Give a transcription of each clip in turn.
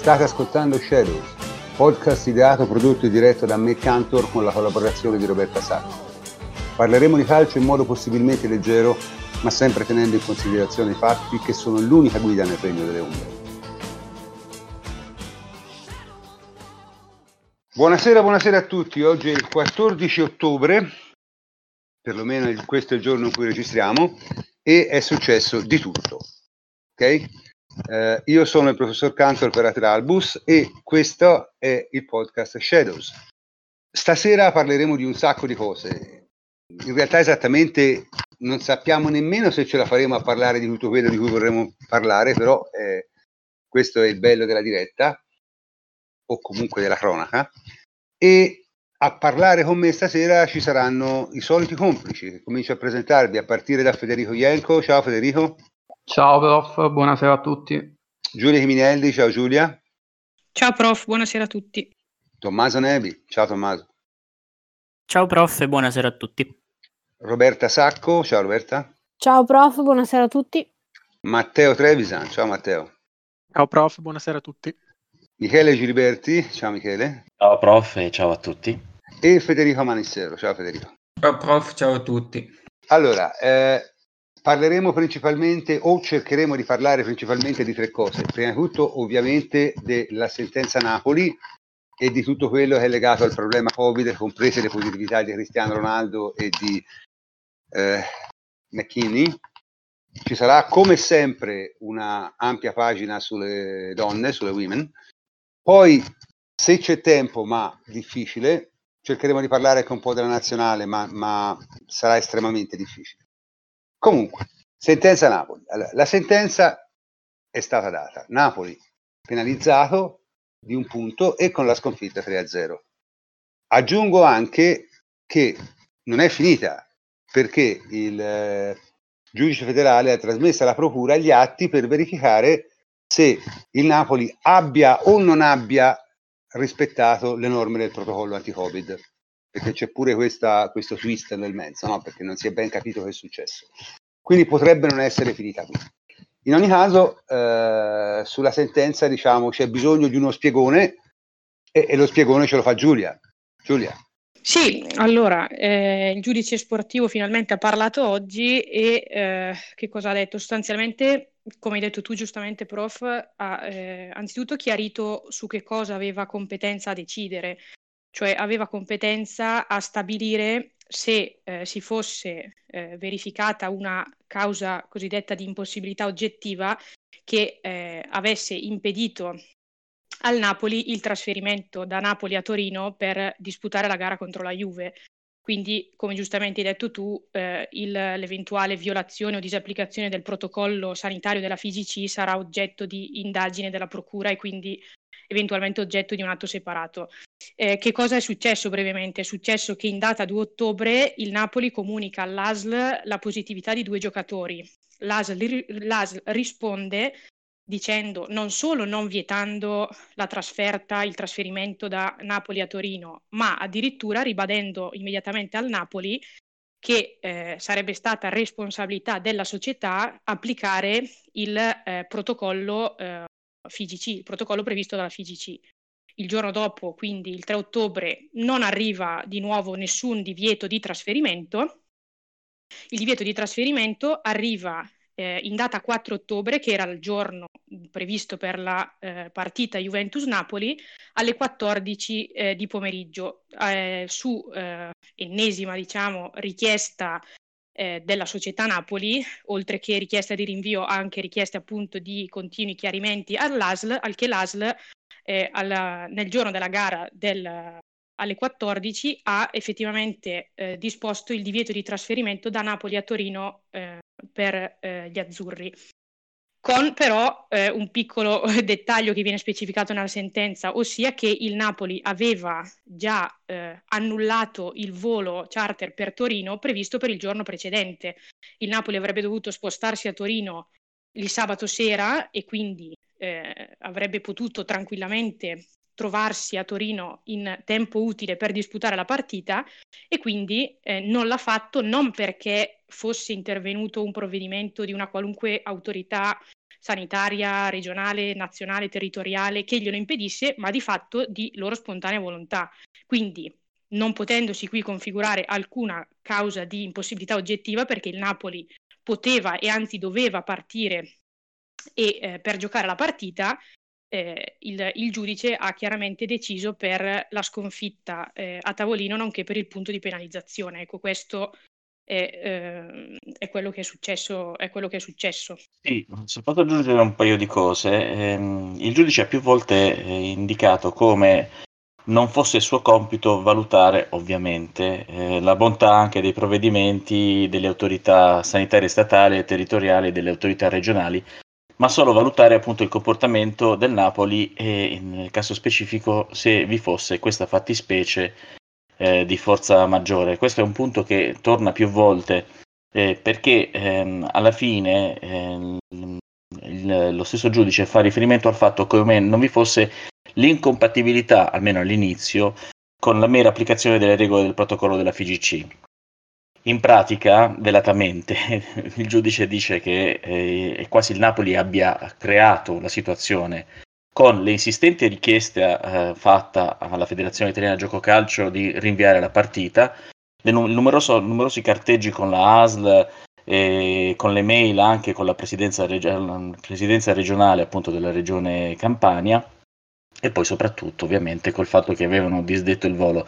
State ascoltando Shadows, podcast ideato, prodotto e diretto da me, Cantor, con la collaborazione di Roberta Sacco. Parleremo di calcio in modo possibilmente leggero, ma sempre tenendo in considerazione i fatti che sono l'unica guida nel regno delle ombre. Buonasera a tutti. Oggi è il 14 ottobre, perlomeno questo è il giorno in cui registriamo, e è successo di tutto. Ok? Io sono il professor Cantor per Ateralbus e questo è il podcast Shadows. Stasera parleremo di un sacco di cose. In realtà esattamente non sappiamo nemmeno se ce la faremo a parlare di tutto quello di cui vorremmo parlare, però questo è il bello della diretta, o comunque della cronaca. E a parlare con me stasera ci saranno i soliti complici, che comincio a presentarvi a partire da Federico Ienco. Ciao Federico. Ciao prof, buonasera a tutti. Giulia Chiminelli, ciao Giulia. Ciao prof, buonasera a tutti. Tommaso Nebi, ciao Tommaso. Ciao prof e buonasera a tutti. Roberta Sacco, ciao Roberta. Ciao prof, buonasera a tutti. Matteo Trevisan, ciao Matteo. Ciao prof, buonasera a tutti. Michele Giliberti, ciao Michele. Ciao prof e ciao a tutti. E Federico Manissero, ciao Federico. Ciao prof, ciao a tutti. Allora, parleremo principalmente, o cercheremo di parlare principalmente di tre cose. Prima di tutto, ovviamente, della sentenza Napoli e di tutto quello che è legato al problema Covid, comprese le positività di Cristiano Ronaldo e di McKinney. Ci sarà come sempre una ampia pagina sulle donne, sulle women. Poi, se c'è tempo, ma difficile, cercheremo di parlare anche un po' della nazionale, ma sarà estremamente difficile. Comunque, sentenza Napoli. Allora, la sentenza è stata data. Napoli penalizzato di un punto e con la sconfitta 3-0. Aggiungo anche che non è finita, perché il giudice federale ha trasmesso alla procura gli atti per verificare se il Napoli abbia o non abbia rispettato le norme del protocollo anti-Covid, perché c'è pure questo twist nel mezzo, no? Perché non si è ben capito che è successo. Quindi potrebbe non essere finita qui. In ogni caso, sulla sentenza, diciamo, c'è bisogno di uno spiegone e lo spiegone ce lo fa Giulia. Giulia. Sì, allora, il giudice sportivo finalmente ha parlato oggi e che cosa ha detto? Sostanzialmente, come hai detto tu giustamente, prof, ha anzitutto chiarito su che cosa aveva competenza a decidere, cioè aveva competenza a stabilire se si fosse verificata una causa cosiddetta di impossibilità oggettiva che avesse impedito al Napoli il trasferimento da Napoli a Torino per disputare la gara contro la Juve. Quindi, come giustamente hai detto tu, l'eventuale violazione o disapplicazione del protocollo sanitario della FIGC sarà oggetto di indagine della procura e quindi eventualmente oggetto di un atto separato. Che cosa è successo brevemente? È successo che in data 2 ottobre il Napoli comunica all'ASL la positività di 2 giocatori. L'ASL risponde dicendo non solo non vietando la trasferta, il trasferimento da Napoli a Torino, ma addirittura ribadendo immediatamente al Napoli che sarebbe stata responsabilità della società applicare il protocollo FIGC, il protocollo previsto dalla FIGC. Il giorno dopo, quindi il 3 ottobre, non arriva di nuovo nessun divieto di trasferimento. Il divieto di trasferimento arriva in data 4 ottobre, che era il giorno previsto per la partita Juventus-Napoli, alle 14 di pomeriggio, su ennesima, diciamo, richiesta della società Napoli, oltre che richiesta di rinvio, anche richieste appunto di continui chiarimenti all'ASL, al che l'ASL nel giorno della gara alle 14 ha effettivamente disposto il divieto di trasferimento da Napoli a Torino per gli azzurri, con però un piccolo dettaglio che viene specificato nella sentenza, ossia che il Napoli aveva già annullato il volo charter per Torino previsto per il giorno precedente. Il Napoli avrebbe dovuto spostarsi a Torino il sabato sera e quindi avrebbe potuto tranquillamente trovarsi a Torino in tempo utile per disputare la partita e quindi non l'ha fatto non perché fosse intervenuto un provvedimento di una qualunque autorità sanitaria, regionale, nazionale, territoriale, che glielo impedisse, ma di fatto di loro spontanea volontà. Quindi, non potendosi qui configurare alcuna causa di impossibilità oggettiva, perché il Napoli poteva e anzi doveva partire per giocare la partita, il giudice ha chiaramente deciso per la sconfitta a tavolino, nonché per il punto di penalizzazione. Ecco, questo è quello che è successo. Sì, se posso aggiungere un paio di cose, il giudice ha più volte indicato come non fosse suo compito valutare, ovviamente, la bontà anche dei provvedimenti delle autorità sanitarie statali e territoriali e delle autorità regionali, ma solo valutare appunto il comportamento del Napoli e nel caso specifico se vi fosse questa fattispecie di forza maggiore. Questo è un punto che torna più volte perché alla fine lo stesso giudice fa riferimento al fatto che non vi fosse l'incompatibilità, almeno all'inizio, con la mera applicazione delle regole del protocollo della FIGC. In pratica, velatamente, il giudice dice che quasi il Napoli abbia creato la situazione con le insistenti richieste fatta alla Federazione Italiana Gioco Calcio di rinviare la partita, numerosi carteggi con la ASL e con le mail anche con la presidenza regionale appunto della regione Campania e poi soprattutto ovviamente col fatto che avevano disdetto il volo.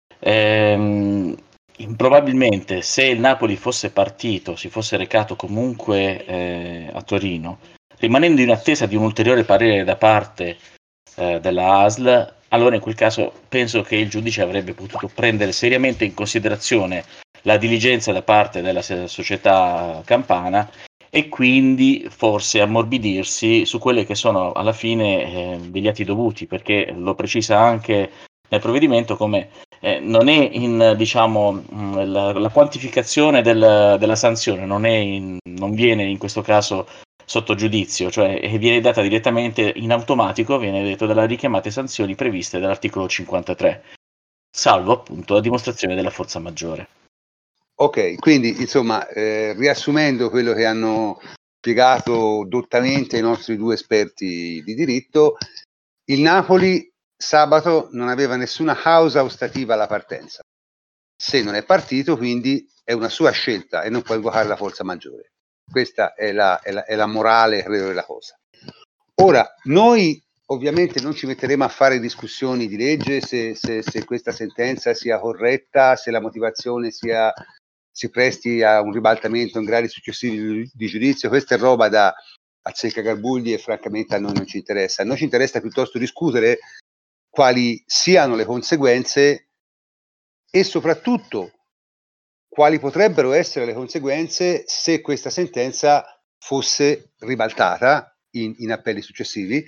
Probabilmente se il Napoli fosse partito, si fosse recato comunque a Torino, rimanendo in attesa di un ulteriore parere da parte della ASL, allora in quel caso penso che il giudice avrebbe potuto prendere seriamente in considerazione la diligenza da parte della società campana e quindi forse ammorbidirsi su quelle che sono alla fine degli atti dovuti, perché lo precisa anche nel provvedimento come non è diciamo la quantificazione della sanzione non viene in questo caso sotto giudizio, cioè viene data direttamente in automatico, viene detto dalle richiamate sanzioni previste dall'articolo 53, salvo appunto la dimostrazione della forza maggiore. Ok, quindi insomma, riassumendo quello che hanno spiegato dottamente i nostri due esperti di diritto, il Napoli sabato non aveva nessuna causa ostativa alla partenza. Se non è partito, quindi è una sua scelta e non può invocare la forza maggiore. Questa è la morale, credo, della cosa. Ora, noi ovviamente non ci metteremo a fare discussioni di legge se questa sentenza sia corretta, se la motivazione si presti a un ribaltamento in gradi successivi di giudizio. Questa è roba da azzeccagarbugli e francamente a noi non ci interessa. A noi ci interessa piuttosto discutere quali siano le conseguenze e soprattutto quali potrebbero essere le conseguenze se questa sentenza fosse ribaltata in appelli successivi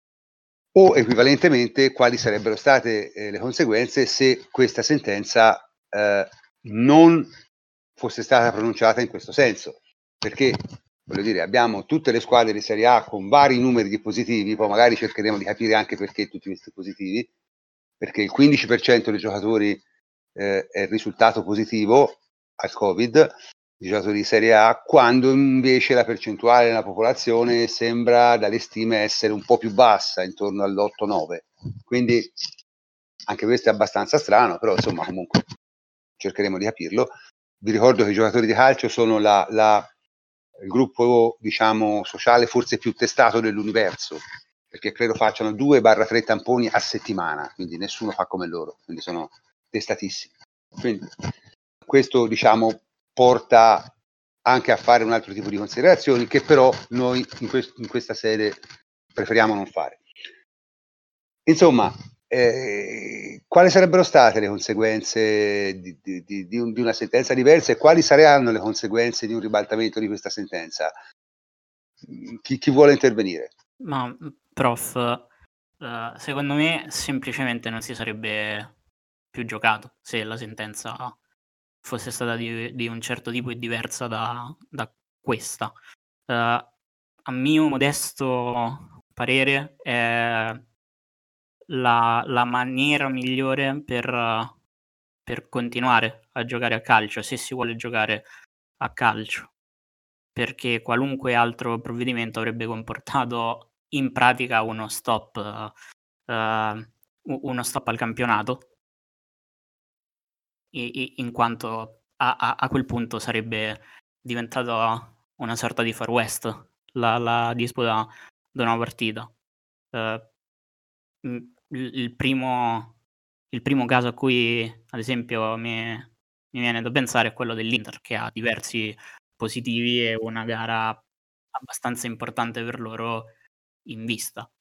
o equivalentemente quali sarebbero state le conseguenze se questa sentenza non fosse stata pronunciata in questo senso, perché voglio dire abbiamo tutte le squadre di Serie A con vari numeri di positivi, poi magari cercheremo di capire anche perché tutti questi positivi, perché il 15% dei giocatori è risultato positivo al Covid, i giocatori di Serie A, quando invece la percentuale della popolazione sembra dalle stime essere un po' più bassa, intorno all'8-9. Quindi anche questo è abbastanza strano, però insomma comunque cercheremo di capirlo. Vi ricordo che i giocatori di calcio sono il gruppo diciamo sociale forse più testato dell'universo, perché credo facciano 2-3 tamponi a settimana, quindi nessuno fa come loro, quindi sono testatissimi. Quindi questo diciamo porta anche a fare un altro tipo di considerazioni che però noi in questa sede preferiamo non fare. Insomma, quali sarebbero state le conseguenze di una sentenza diversa e quali saranno le conseguenze di un ribaltamento di questa sentenza? Chi vuole intervenire? Ma, prof, secondo me semplicemente non si sarebbe più giocato se la sentenza fosse stata di un certo tipo e diversa da questa. A mio modesto parere è la maniera migliore per continuare a giocare a calcio, se si vuole giocare a calcio. perché qualunque altro provvedimento avrebbe comportato in pratica uno stop al campionato, in quanto a quel punto sarebbe diventato una sorta di Far West la disputa di una partita. Il primo caso a cui, ad esempio, mi viene da pensare è quello dell'Inter, che ha diversi positivi e una gara abbastanza importante per loro in vista.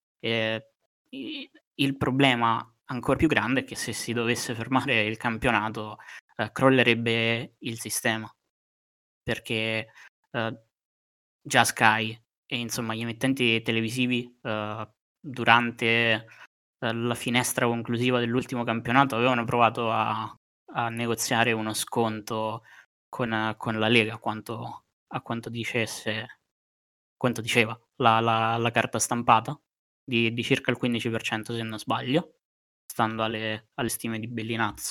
Il problema ancora più grande è che se si dovesse fermare il campionato, crollerebbe il sistema, perché già Sky e insomma gli emittenti televisivi durante la finestra conclusiva dell'ultimo campionato avevano provato a negoziare uno sconto con la Lega, a quanto diceva la carta stampata, di circa il 15% se non sbaglio, stando alle stime di Bellinazzo.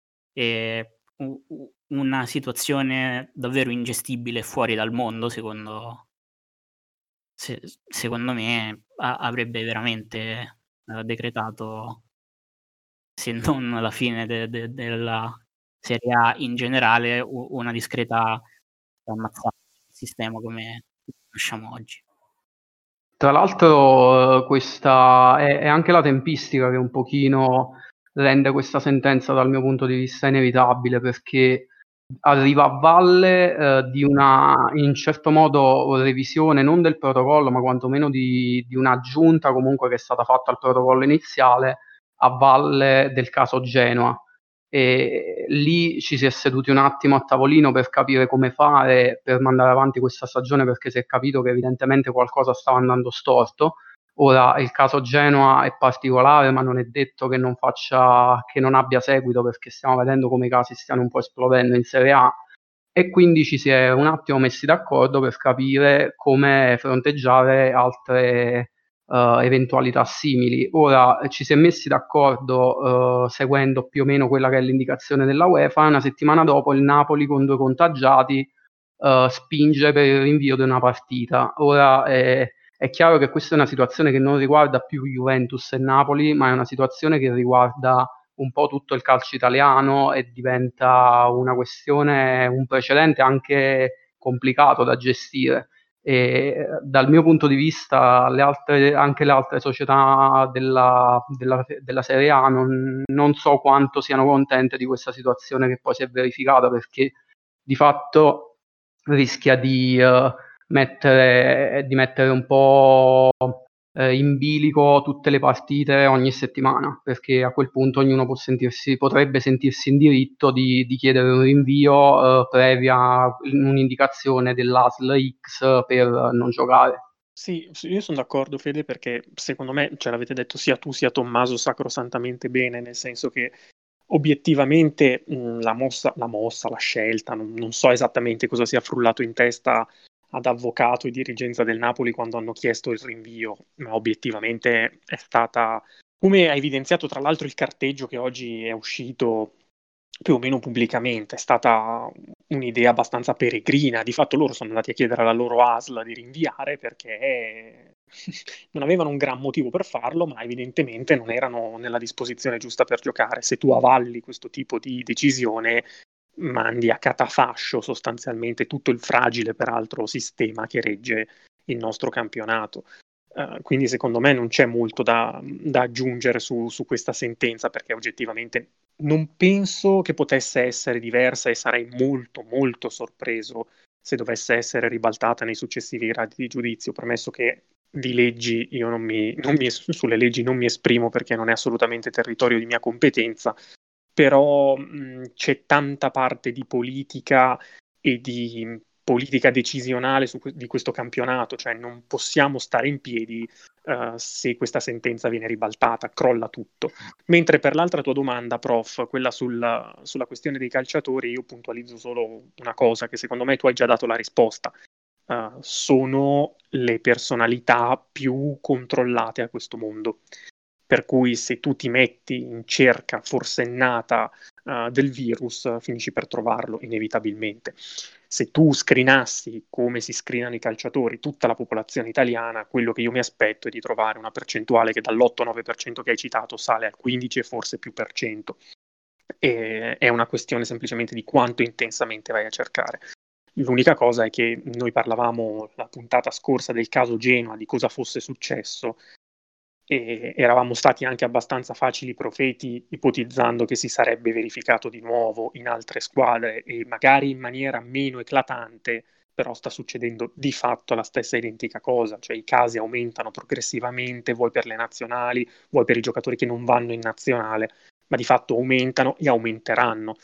Una situazione davvero ingestibile fuori dal mondo, secondo me, avrebbe veramente decretato, se non la fine della Serie A in generale, una discreta ammazzata del sistema come lo conosciamo oggi. Tra l'altro, questa è anche la tempistica che un pochino rende questa sentenza, dal mio punto di vista, inevitabile, perché arriva a valle di una, in certo modo, revisione non del protocollo, ma quantomeno di un'aggiunta comunque che è stata fatta al protocollo iniziale a valle del caso Genoa. E lì ci si è seduti un attimo a tavolino per capire come fare per mandare avanti questa stagione, perché si è capito che evidentemente qualcosa stava andando storto. Ora il caso Genoa è particolare, ma non è detto che non abbia seguito, perché stiamo vedendo come i casi stiano un po' esplodendo in Serie A, e quindi ci si è un attimo messi d'accordo per capire come fronteggiare altre eventualità simili. Ora ci si è messi d'accordo seguendo più o meno quella che è l'indicazione della UEFA. Una settimana dopo il Napoli, con 2 contagiati, spinge per il rinvio di una partita. Ora è chiaro che questa è una situazione che non riguarda più Juventus e Napoli, ma è una situazione che riguarda un po' tutto il calcio italiano e diventa una questione, un precedente anche complicato da gestire. E dal mio punto di vista anche le altre società della Serie A non so quanto siano contente di questa situazione che poi si è verificata, perché di fatto rischia di mettere un po' in bilico tutte le partite ogni settimana, perché a quel punto ognuno potrebbe sentirsi in diritto di chiedere un rinvio previa un'indicazione dell'ASL X per non giocare. Sì, io sono d'accordo, Fede, perché secondo me, ce l'avete detto sia tu sia Tommaso sacrosantamente bene, nel senso che obiettivamente la scelta, non so esattamente cosa sia frullato in testa ad avvocato e dirigenza del Napoli quando hanno chiesto il rinvio, ma obiettivamente è stata, come ha evidenziato tra l'altro il carteggio che oggi è uscito più o meno pubblicamente, è stata un'idea abbastanza peregrina. Di fatto loro sono andati a chiedere alla loro ASL di rinviare perché non avevano un gran motivo per farlo, ma evidentemente non erano nella disposizione giusta per giocare. Se tu avalli questo tipo di decisione, mandi a catafascio sostanzialmente tutto il fragile, peraltro, sistema che regge il nostro campionato. Quindi secondo me non c'è molto da aggiungere su questa sentenza, perché oggettivamente non penso che potesse essere diversa e sarei molto molto sorpreso se dovesse essere ribaltata nei successivi gradi di giudizio, premesso che di leggi io sulle leggi non mi esprimo perché non è assolutamente territorio di mia competenza, però c'è tanta parte di politica e di politica decisionale di questo campionato, cioè non possiamo stare in piedi se questa sentenza viene ribaltata, crolla tutto. Mentre per l'altra tua domanda, prof, quella sulla questione dei calciatori, io puntualizzo solo una cosa, che secondo me tu hai già dato la risposta. Sono le personalità più controllate a questo mondo. Per cui se tu ti metti in cerca forsennata del virus, finisci per trovarlo inevitabilmente. se tu screenassi come si screenano i calciatori tutta la popolazione italiana, quello che io mi aspetto è di trovare una percentuale che dall'8-9% che hai citato sale al 15% e forse più per cento. E è una questione semplicemente di quanto intensamente vai a cercare. L'unica cosa è che noi parlavamo la puntata scorsa del caso Genoa, di cosa fosse successo, e eravamo stati anche abbastanza facili profeti ipotizzando che si sarebbe verificato di nuovo in altre squadre e magari in maniera meno eclatante, però sta succedendo di fatto la stessa identica cosa, cioè i casi aumentano progressivamente, vuoi per le nazionali, vuoi per i giocatori che non vanno in nazionale, ma di fatto aumentano e aumenteranno.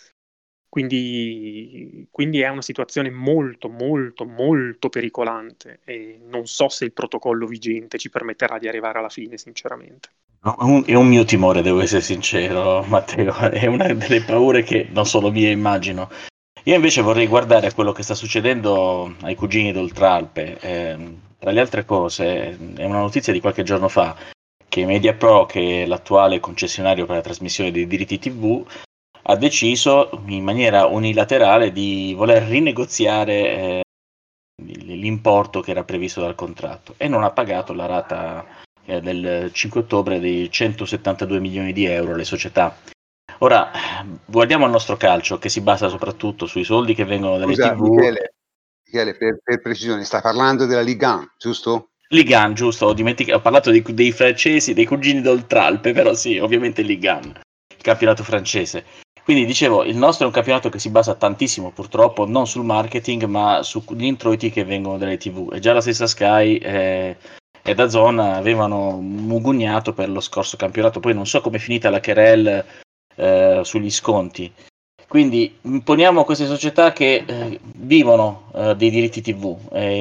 Quindi è una situazione molto, molto, molto pericolante e non so se il protocollo vigente ci permetterà di arrivare alla fine, sinceramente. È un mio timore, devo essere sincero, Matteo, è una delle paure che non solo mie immagino. Io invece vorrei guardare quello che sta succedendo ai cugini d'Oltralpe. Tra le altre cose, è una notizia di qualche giorno fa che MediaPro, che è l'attuale concessionario per la trasmissione dei diritti TV, ha deciso in maniera unilaterale di voler rinegoziare l'importo che era previsto dal contratto e non ha pagato la rata del 5 ottobre di 172 milioni di euro alle società. Ora, guardiamo il nostro calcio, che si basa soprattutto sui soldi che vengono dalle Scusa, TV. Michele, per precisione, stai parlando della Ligue 1, giusto? Ligue 1, giusto, ho parlato dei francesi, dei cugini d'Oltralpe, però sì, ovviamente Ligue 1, il campionato francese. Quindi dicevo, il nostro è un campionato che si basa tantissimo purtroppo non sul marketing ma sugli introiti che vengono dalle TV, e già la stessa Sky e DAZN avevano mugugnato per lo scorso campionato, poi non so com'è finita la querelle sugli sconti. Quindi poniamo queste società che vivono dei diritti TV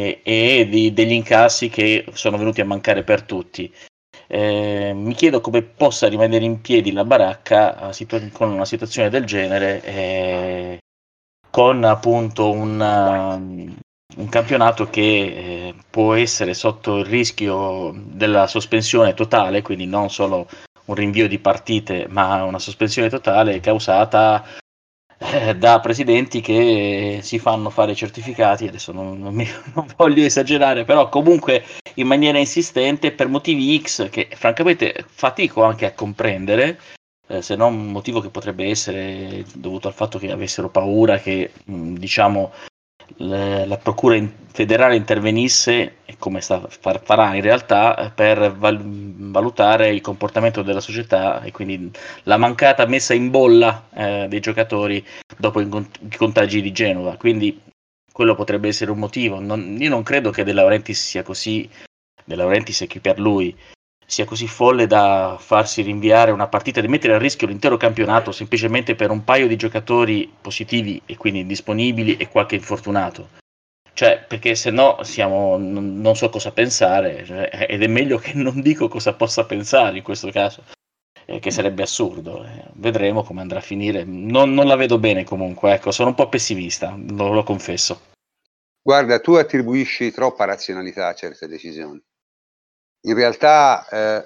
e degli incassi che sono venuti a mancare per tutti. Mi chiedo come possa rimanere in piedi la baracca con una situazione del genere, con appunto un campionato che può essere sotto il rischio della sospensione totale, quindi non solo un rinvio di partite, ma una sospensione totale causata da presidenti che si fanno fare certificati, adesso non voglio esagerare, però comunque in maniera insistente per motivi X che francamente fatico anche a comprendere, se non un motivo che potrebbe essere dovuto al fatto che avessero paura che diciamo la procura federale intervenisse, come farà in realtà, per valutare il comportamento della società e quindi la mancata messa in bolla dei giocatori dopo i contagi di Genova. Quindi quello potrebbe essere un motivo. Io non credo che De Laurentiis sia così, De Laurentiis e chi per lui sia così folle da farsi rinviare una partita, di mettere a rischio l'intero campionato semplicemente per un paio di giocatori positivi e quindi indisponibili e qualche infortunato. Cioè, perché se no non so cosa pensare, ed è meglio che non dico cosa possa pensare in questo caso, che sarebbe assurdo. Vedremo come andrà a finire. Non la vedo bene comunque, ecco, sono un po' pessimista, lo confesso. Guarda, tu attribuisci troppa razionalità a certe decisioni. In realtà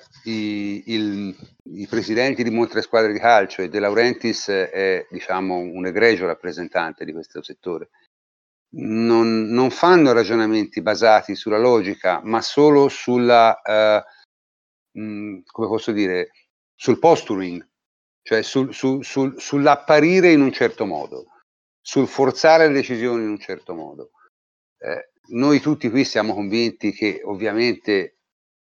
i presidenti di molte squadre di calcio e De Laurentiis è, diciamo, un egregio rappresentante di questo settore. Non fanno ragionamenti basati sulla logica, ma solo sulla, come posso dire, sul posturing, cioè sull'apparire in un certo modo, sul forzare le decisioni in un certo modo. Noi tutti qui siamo convinti che ovviamente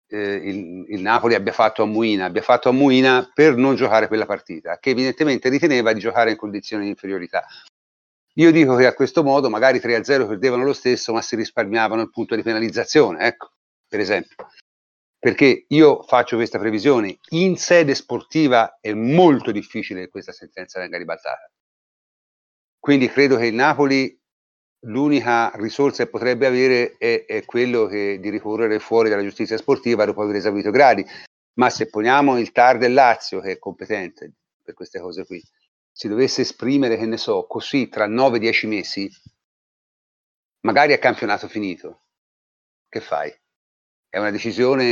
il Napoli abbia fatto a Muina per non giocare quella partita, che evidentemente riteneva di giocare in condizioni di inferiorità. Io dico che a questo modo magari 3-0 perdevano lo stesso, ma si risparmiavano il punto di penalizzazione, ecco, per esempio. Perché io faccio questa previsione, in sede sportiva è molto difficile che questa sentenza venga ribaltata. Quindi credo che il Napoli l'unica risorsa che potrebbe avere è quello di ricorrere fuori dalla giustizia sportiva dopo aver esaurito gradi. Ma se poniamo il TAR del Lazio, che è competente per queste cose qui, si dovesse esprimere, che ne so, così tra 9-10 mesi, magari a campionato finito, che fai? È una decisione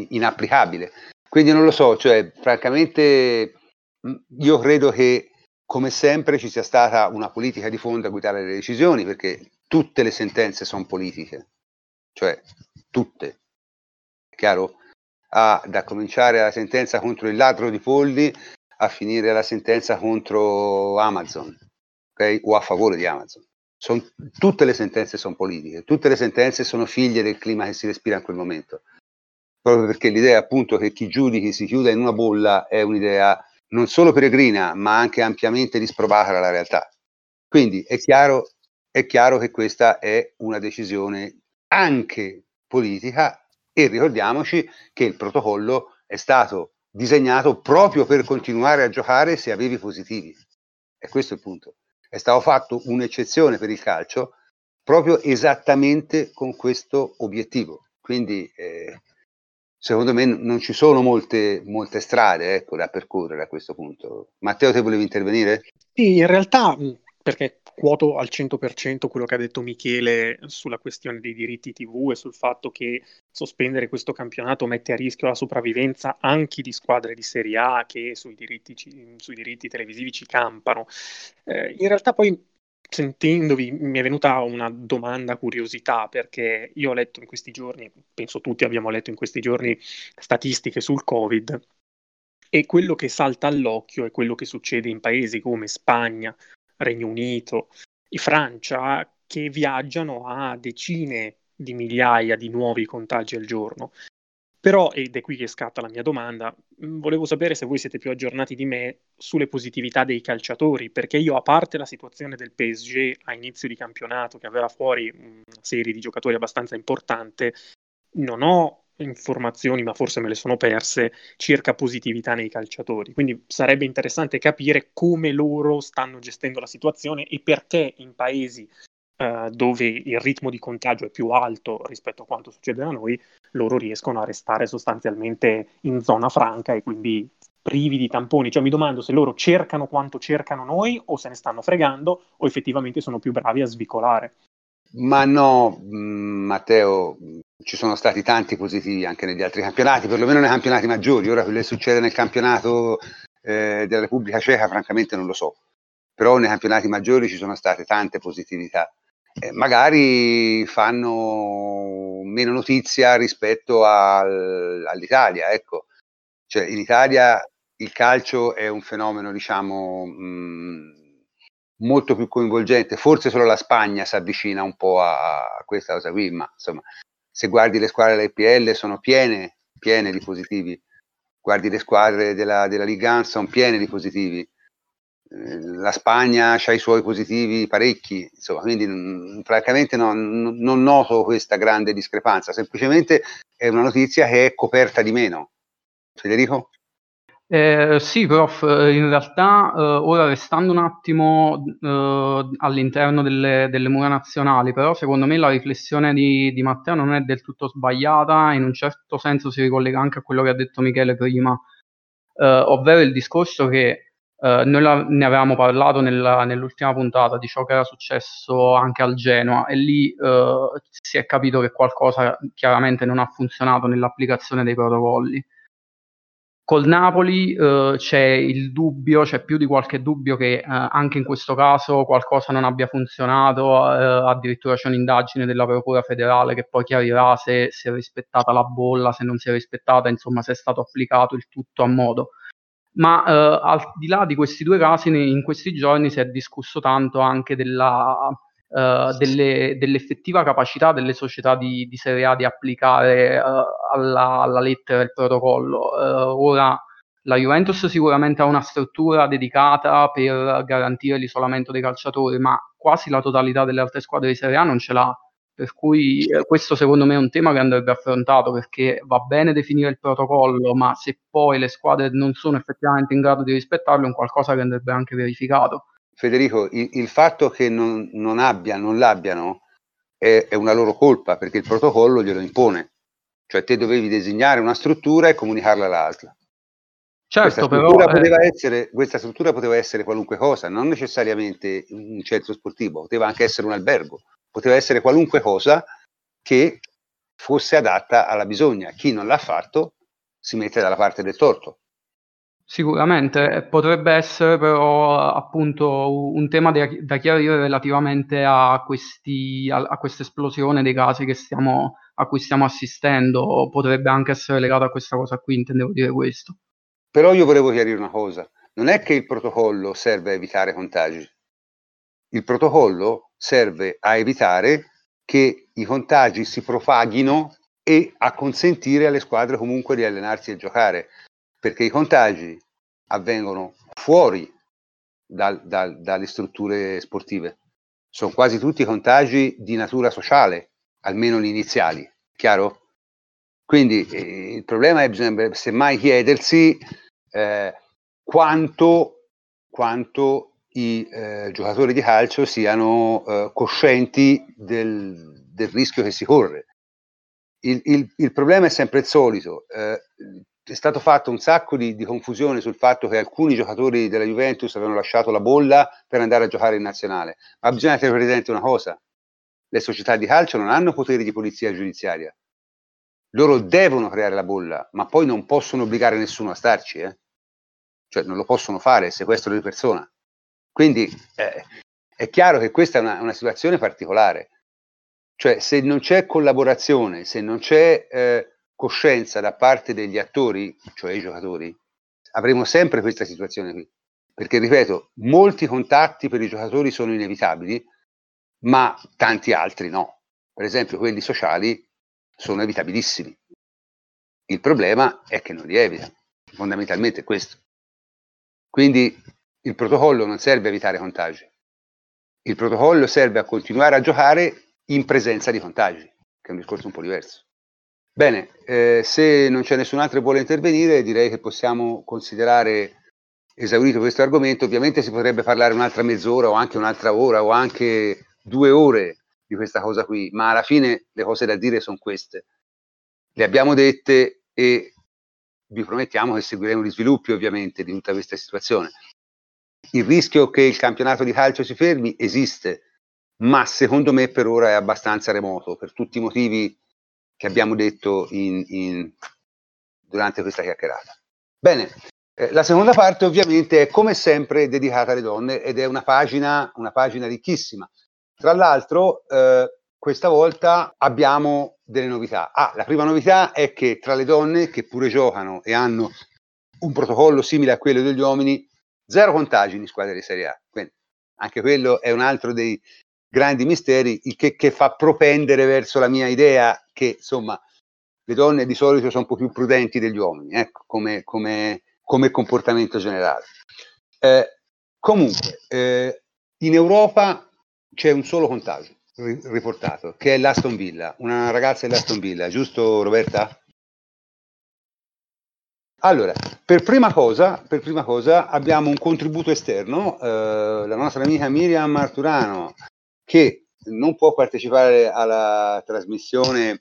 inapplicabile. Quindi non lo so, cioè francamente io credo che come sempre ci sia stata una politica di fondo a guidare le decisioni, perché tutte le sentenze sono politiche, cioè tutte, è chiaro? Da cominciare la sentenza contro il ladro di polli a finire la sentenza contro Amazon, ok? O a favore di Amazon. Tutte le sentenze sono politiche, tutte le sentenze sono figlie del clima che si respira in quel momento, proprio perché l'idea appunto che chi giudichi si chiuda in una bolla è un'idea non solo peregrina ma anche ampiamente disprovata dalla realtà. Quindi è chiaro che questa è una decisione anche politica, e ricordiamoci che il protocollo è stato disegnato proprio per continuare a giocare se avevi positivi, e questo è il punto. È stato fatto un'eccezione per il calcio proprio esattamente con questo obiettivo, quindi secondo me non ci sono molte strade, ecco, da percorrere a questo punto. Matteo, te volevi intervenire? Sì, in realtà, perché quoto al 100% quello che ha detto Michele sulla questione dei diritti TV e sul fatto che sospendere questo campionato mette a rischio la sopravvivenza anche di squadre di Serie A che sui diritti televisivi ci campano. In realtà poi, sentendovi, mi è venuta una domanda, curiosità, perché io ho letto in questi giorni, penso tutti abbiamo letto in questi giorni, statistiche sul Covid, e quello che salta all'occhio è quello che succede in paesi come Spagna, Regno Unito e Francia, che viaggiano a decine di migliaia di nuovi contagi al giorno. Però, ed è qui che scatta la mia domanda, volevo sapere se voi siete più aggiornati di me sulle positività dei calciatori, perché io, a parte la situazione del PSG a inizio di campionato, che aveva fuori una serie di giocatori abbastanza importante, non ho informazioni, ma forse me le sono perse, circa positività nei calciatori. Quindi sarebbe interessante capire come loro stanno gestendo la situazione e perché in paesi dove il ritmo di contagio è più alto rispetto a quanto succede da noi, loro riescono a restare sostanzialmente in zona franca e quindi privi di tamponi. Cioè mi domando se loro cercano quanto cercano noi o se ne stanno fregando o effettivamente sono più bravi a svicolare. Ma no, Matteo, ci sono stati tanti positivi anche negli altri campionati, perlomeno nei campionati maggiori. Ora quello che succede nel campionato della Repubblica Ceca francamente non lo so, però nei campionati maggiori ci sono state tante positività. Magari fanno meno notizia rispetto all'Italia, ecco. Cioè, in Italia il calcio è un fenomeno, diciamo, molto più coinvolgente. Forse solo la Spagna si avvicina un po' a questa cosa qui, ma insomma, se guardi le squadre dell'EPL sono piene di positivi. Guardi le squadre della Liga 1 sono piene di positivi. La Spagna ha i suoi positivi parecchi, insomma, quindi francamente non noto questa grande discrepanza, semplicemente è una notizia che è coperta di meno. Federico? Sì, prof, in realtà ora restando un attimo all'interno delle mura nazionali, però secondo me la riflessione di Matteo non è del tutto sbagliata, in un certo senso si ricollega anche a quello che ha detto Michele prima, ovvero il discorso che noi ne avevamo parlato nell'ultima puntata di ciò che era successo anche al Genoa, e lì si è capito che qualcosa chiaramente non ha funzionato nell'applicazione dei protocolli. Col Napoli c'è il dubbio, c'è più di qualche dubbio che anche in questo caso qualcosa non abbia funzionato, addirittura c'è un'indagine della Procura federale che poi chiarirà se si è rispettata la bolla, se non si è rispettata, insomma se è stato applicato il tutto a modo. Ma al di là di questi due casi, in questi giorni si è discusso tanto anche dell'effettiva capacità delle società di Serie A di applicare alla lettera il protocollo. Ora la Juventus sicuramente ha una struttura dedicata per garantire l'isolamento dei calciatori, ma quasi la totalità delle altre squadre di Serie A non ce l'ha. Per cui questo secondo me è un tema che andrebbe affrontato, perché va bene definire il protocollo, ma se poi le squadre non sono effettivamente in grado di rispettarlo è un qualcosa che andrebbe anche verificato. Federico, il fatto che non l'abbiano è una loro colpa, perché il protocollo glielo impone. Cioè te dovevi disegnare una struttura e comunicarla all'ASL. Certo, Questa struttura poteva essere qualunque cosa, non necessariamente un centro sportivo, poteva anche essere un albergo, poteva essere qualunque cosa che fosse adatta alla bisogna. Chi non l'ha fatto si mette dalla parte del torto. Sicuramente potrebbe essere però appunto un tema da chiarire relativamente a questa esplosione dei casi a cui stiamo assistendo. Potrebbe anche essere legato a questa cosa qui, intendevo dire questo. Però io volevo chiarire una cosa, non è che il protocollo serve a evitare contagi, il protocollo serve a evitare che i contagi si propaghino e a consentire alle squadre comunque di allenarsi e giocare, perché i contagi avvengono fuori dalle strutture sportive, sono quasi tutti contagi di natura sociale, almeno gli iniziali, chiaro? Quindi il problema è che bisogna semmai chiedersi quanto i giocatori di calcio siano coscienti del rischio che si corre. Il problema è sempre il solito. È stato fatto un sacco di confusione sul fatto che alcuni giocatori della Juventus avevano lasciato la bolla per andare a giocare in nazionale, ma bisogna tenere presente una cosa: le società di calcio non hanno poteri di polizia giudiziaria, loro devono creare la bolla, ma poi non possono obbligare nessuno a starci, cioè non lo possono fare, è sequestro di persona. Quindi è chiaro che questa è una situazione particolare, cioè se non c'è collaborazione, se non c'è coscienza da parte degli attori, cioè i giocatori, avremo sempre questa situazione qui, perché ripeto, molti contatti per i giocatori sono inevitabili, ma tanti altri no. Per esempio quelli sociali sono evitabilissimi. Il problema è che non li evita, fondamentalmente è questo. Quindi il protocollo non serve a evitare contagi, il protocollo serve a continuare a giocare in presenza di contagi, che è un discorso un po' diverso. Bene, se non c'è nessun altro che vuole intervenire, direi che possiamo considerare esaurito questo argomento. Ovviamente si potrebbe parlare un'altra mezz'ora o anche un'altra ora o anche 2 ore di questa cosa qui, ma alla fine le cose da dire sono queste. Le abbiamo dette e vi promettiamo che seguiremo gli sviluppi ovviamente di tutta questa situazione. Il rischio che il campionato di calcio si fermi esiste, ma secondo me per ora è abbastanza remoto, per tutti i motivi che abbiamo detto durante questa chiacchierata. Bene, la seconda parte ovviamente è come sempre dedicata alle donne ed è una pagina ricchissima. Tra l'altro questa volta abbiamo delle novità. La prima novità è che tra le donne che pure giocano e hanno un protocollo simile a quello degli uomini, 0 contagi in squadre di Serie A. Quindi anche quello è un altro dei grandi misteri, il che fa propendere verso la mia idea che insomma le donne di solito sono un po' più prudenti degli uomini, ecco, come comportamento generale. Comunque in Europa c'è un solo contagio riportato, che è l'Aston Villa, una ragazza dell'Aston Villa, giusto Roberta? Allora, per prima cosa abbiamo un contributo esterno, la nostra amica Miriam Arturano, che non può partecipare alla trasmissione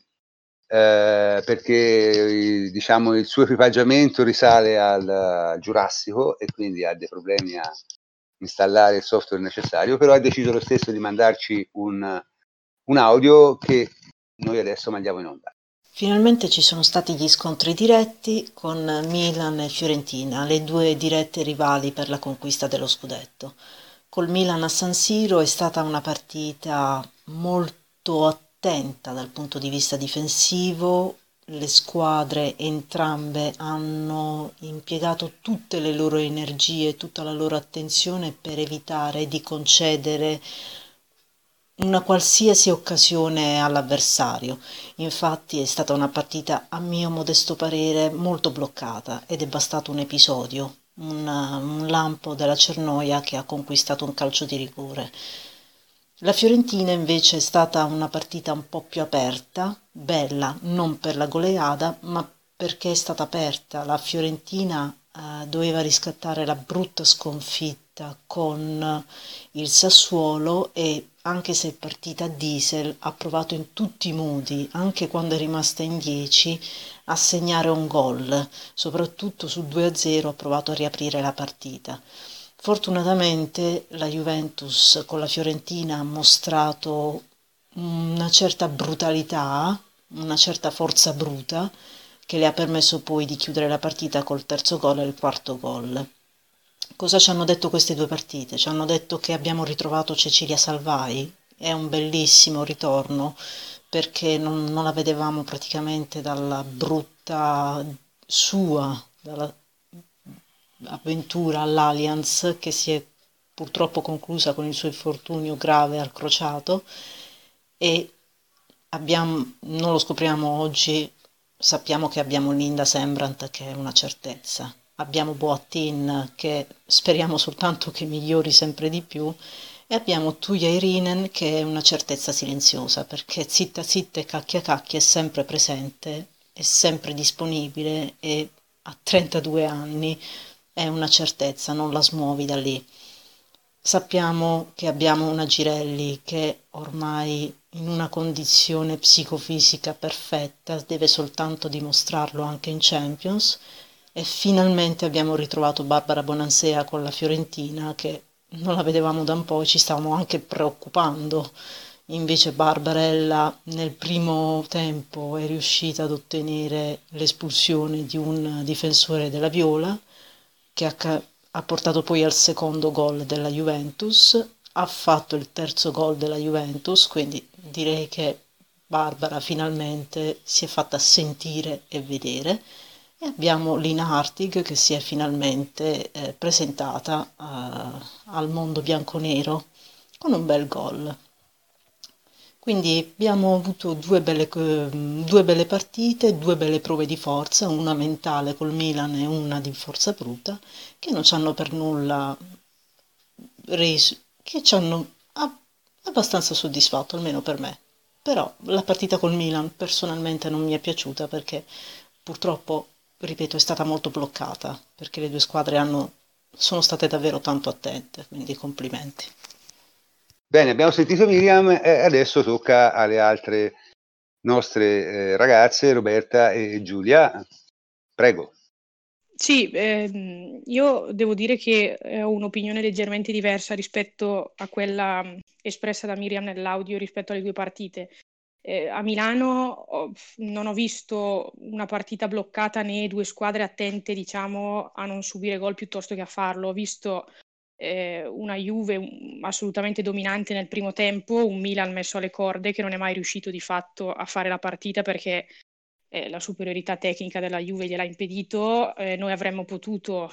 perché diciamo il suo equipaggiamento risale al Giurassico e quindi ha dei problemi a installare il software necessario, però ha deciso lo stesso di mandarci un audio che noi adesso mandiamo in onda. Finalmente ci sono stati gli scontri diretti con Milan e Fiorentina, le due dirette rivali per la conquista dello scudetto. Col Milan a San Siro è stata una partita molto attenta dal punto di vista difensivo, le squadre entrambe hanno impiegato tutte le loro energie, tutta la loro attenzione per evitare di concedere una qualsiasi occasione all'avversario. Infatti è stata una partita, a mio modesto parere, molto bloccata ed è bastato un episodio, un lampo della Cernoia che ha conquistato un calcio di rigore. La Fiorentina invece è stata una partita un po' più aperta, bella non per la goleada, ma perché è stata aperta. La Fiorentina doveva riscattare la brutta sconfitta con il Sassuolo e anche se è partita a diesel ha provato in tutti i modi, anche quando è rimasta in 10, a segnare un gol, soprattutto su 2-0 ha provato a riaprire la partita. Fortunatamente la Juventus con la Fiorentina ha mostrato una certa brutalità, una certa forza bruta, che le ha permesso poi di chiudere la partita col terzo gol e il quarto gol. Cosa ci hanno detto queste due partite? Ci hanno detto che abbiamo ritrovato Cecilia Salvai, è un bellissimo ritorno perché non la vedevamo praticamente dalla brutta sua, dalla avventura all'Allianz che si è purtroppo conclusa con il suo infortunio grave al crociato e non lo scopriamo oggi, sappiamo che abbiamo Linda Sembrant che è una certezza, abbiamo Boattin che speriamo soltanto che migliori sempre di più e abbiamo Tuija Irinen che è una certezza silenziosa perché zitta zitta e cacchia cacchia è sempre presente, è sempre disponibile e a 32 anni è una certezza, non la smuovi da lì. Sappiamo che abbiamo una Girelli che ormai in una condizione psicofisica perfetta, deve soltanto dimostrarlo anche in Champions e finalmente abbiamo ritrovato Barbara Bonansea con la Fiorentina che non la vedevamo da un po' e ci stavamo anche preoccupando. Invece Barbarella nel primo tempo è riuscita ad ottenere l'espulsione di un difensore della Viola che ha portato poi al secondo gol della Juventus, ha fatto il terzo gol della Juventus, quindi direi che Barbara finalmente si è fatta sentire e vedere e abbiamo Lina Hartig che si è finalmente presentata al mondo bianconero con un bel gol. Quindi abbiamo avuto due belle partite, due belle prove di forza, una mentale col Milan e una di forza bruta, che non ci hanno per nulla che ci hanno abbastanza soddisfatto, almeno per me. Però la partita col Milan personalmente non mi è piaciuta perché purtroppo, ripeto, è stata molto bloccata, perché le due squadre sono state davvero tanto attente, quindi complimenti. Bene, abbiamo sentito Miriam e adesso tocca alle altre nostre ragazze, Roberta e Giulia. Prego. Sì, io devo dire che ho un'opinione leggermente diversa rispetto a quella espressa da Miriam nell'audio rispetto alle due partite. A Milano non ho visto una partita bloccata né due squadre attente, diciamo, a non subire gol piuttosto che a farlo. Ho visto una Juve assolutamente dominante nel primo tempo, un Milan messo alle corde che non è mai riuscito di fatto a fare la partita perché la superiorità tecnica della Juve gliel'ha impedito. Noi avremmo potuto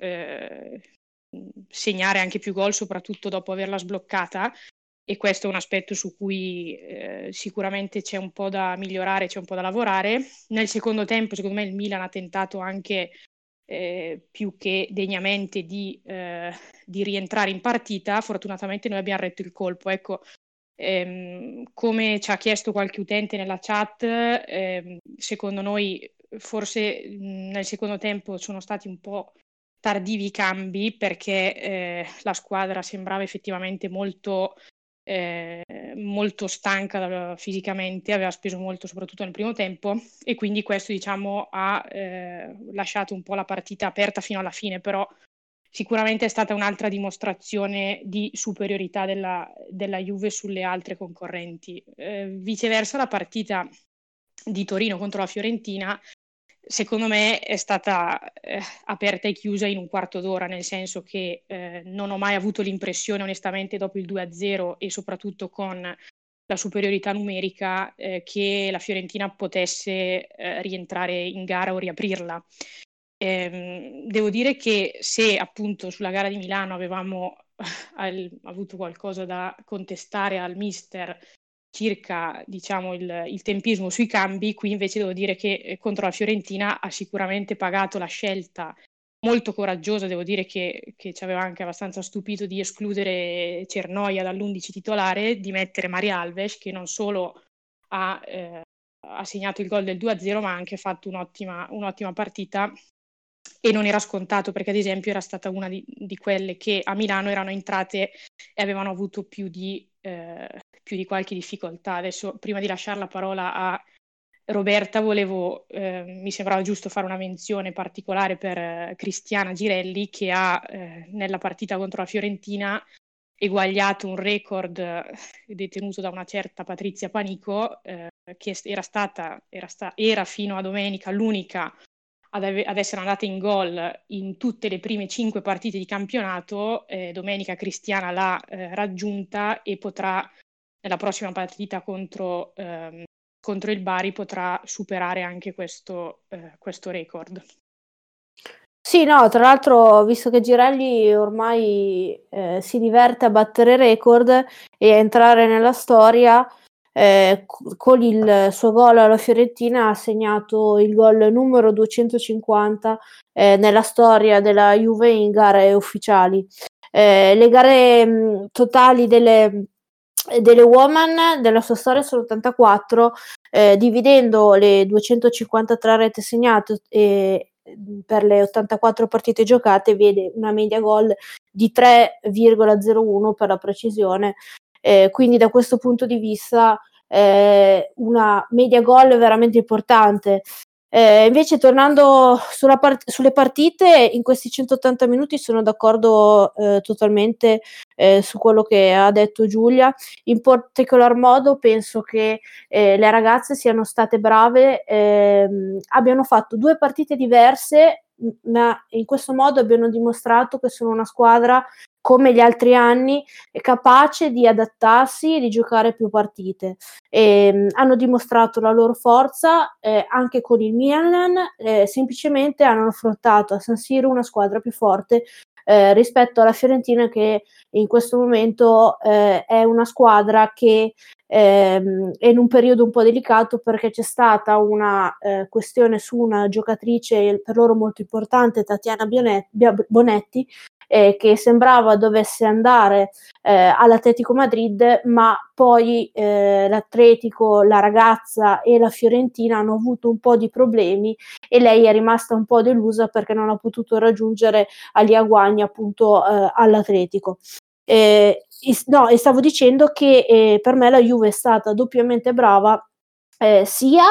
segnare anche più gol, soprattutto dopo averla sbloccata, e questo è un aspetto su cui sicuramente c'è un po' da migliorare, c'è un po' da lavorare. Nel secondo tempo, secondo me, il Milan ha tentato anche più che degnamente di rientrare in partita. Fortunatamente noi abbiamo retto il colpo. Ecco, come ci ha chiesto qualche utente nella chat, secondo noi forse nel secondo tempo sono stati un po' tardivi i cambi perché la squadra sembrava effettivamente molto stanca fisicamente, aveva speso molto soprattutto nel primo tempo e quindi questo diciamo ha lasciato un po' la partita aperta fino alla fine, però sicuramente è stata un'altra dimostrazione di superiorità della Juve sulle altre concorrenti. Viceversa la partita di Torino contro la Fiorentina secondo me è stata aperta e chiusa in un quarto d'ora, nel senso che non ho mai avuto l'impressione, onestamente, dopo il 2-0 e soprattutto con la superiorità numerica, che la Fiorentina potesse rientrare in gara o riaprirla. Devo dire che se appunto sulla gara di Milano avevamo avuto qualcosa da contestare al mister circa diciamo il tempismo sui cambi, qui invece devo dire che contro la Fiorentina ha sicuramente pagato la scelta molto coraggiosa, devo dire che ci aveva anche abbastanza stupito, di escludere Cernoia dall'11 titolare, di mettere Maria Alves che non solo ha segnato il gol del 2-0 ma ha anche fatto un'ottima partita. E non era scontato perché ad esempio era stata una di quelle che a Milano erano entrate e avevano avuto più di qualche difficoltà. Adesso prima di lasciare la parola a Roberta mi sembrava giusto fare una menzione particolare per Cristiana Girelli che ha nella partita contro la Fiorentina eguagliato un record detenuto da una certa Patrizia Panico che era fino a domenica l'unica ad essere andata in gol in tutte le prime 5 partite di campionato, domenica Cristiana l'ha raggiunta e potrà, nella prossima partita contro il Bari, potrà superare anche questo record. Sì, no, tra l'altro, visto che Girelli ormai si diverte a battere record e a entrare nella storia, con il suo gol alla Fiorentina ha segnato il gol numero 250 nella storia della Juve in gare ufficiali. Le gare totali delle woman della sua storia sono 84, dividendo le 253 reti segnate per le 84 partite giocate, vede una media gol di 3,01 per la precisione, quindi da questo punto di vista una media gol veramente importante. Invece tornando sulle partite, in questi 180 minuti sono d'accordo totalmente su quello che ha detto Giulia. In particolar modo penso che le ragazze siano state brave, abbiano fatto 2 partite diverse, ma in questo modo abbiano dimostrato che sono una squadra come gli altri anni, è capace di adattarsi e di giocare più partite. Hanno dimostrato la loro forza anche con il Milan, semplicemente hanno affrontato a San Siro una squadra più forte rispetto alla Fiorentina, che in questo momento è una squadra che è in un periodo un po' delicato, perché c'è stata una questione su una giocatrice per loro molto importante, Tatiana Bonetti, che sembrava dovesse andare all'Atletico Madrid, ma poi l'Atletico, la ragazza e la Fiorentina hanno avuto un po' di problemi e lei è rimasta un po' delusa perché non ha potuto raggiungere Alia Guagna appunto all'Atletico. E stavo dicendo che per me la Juve è stata doppiamente brava, sia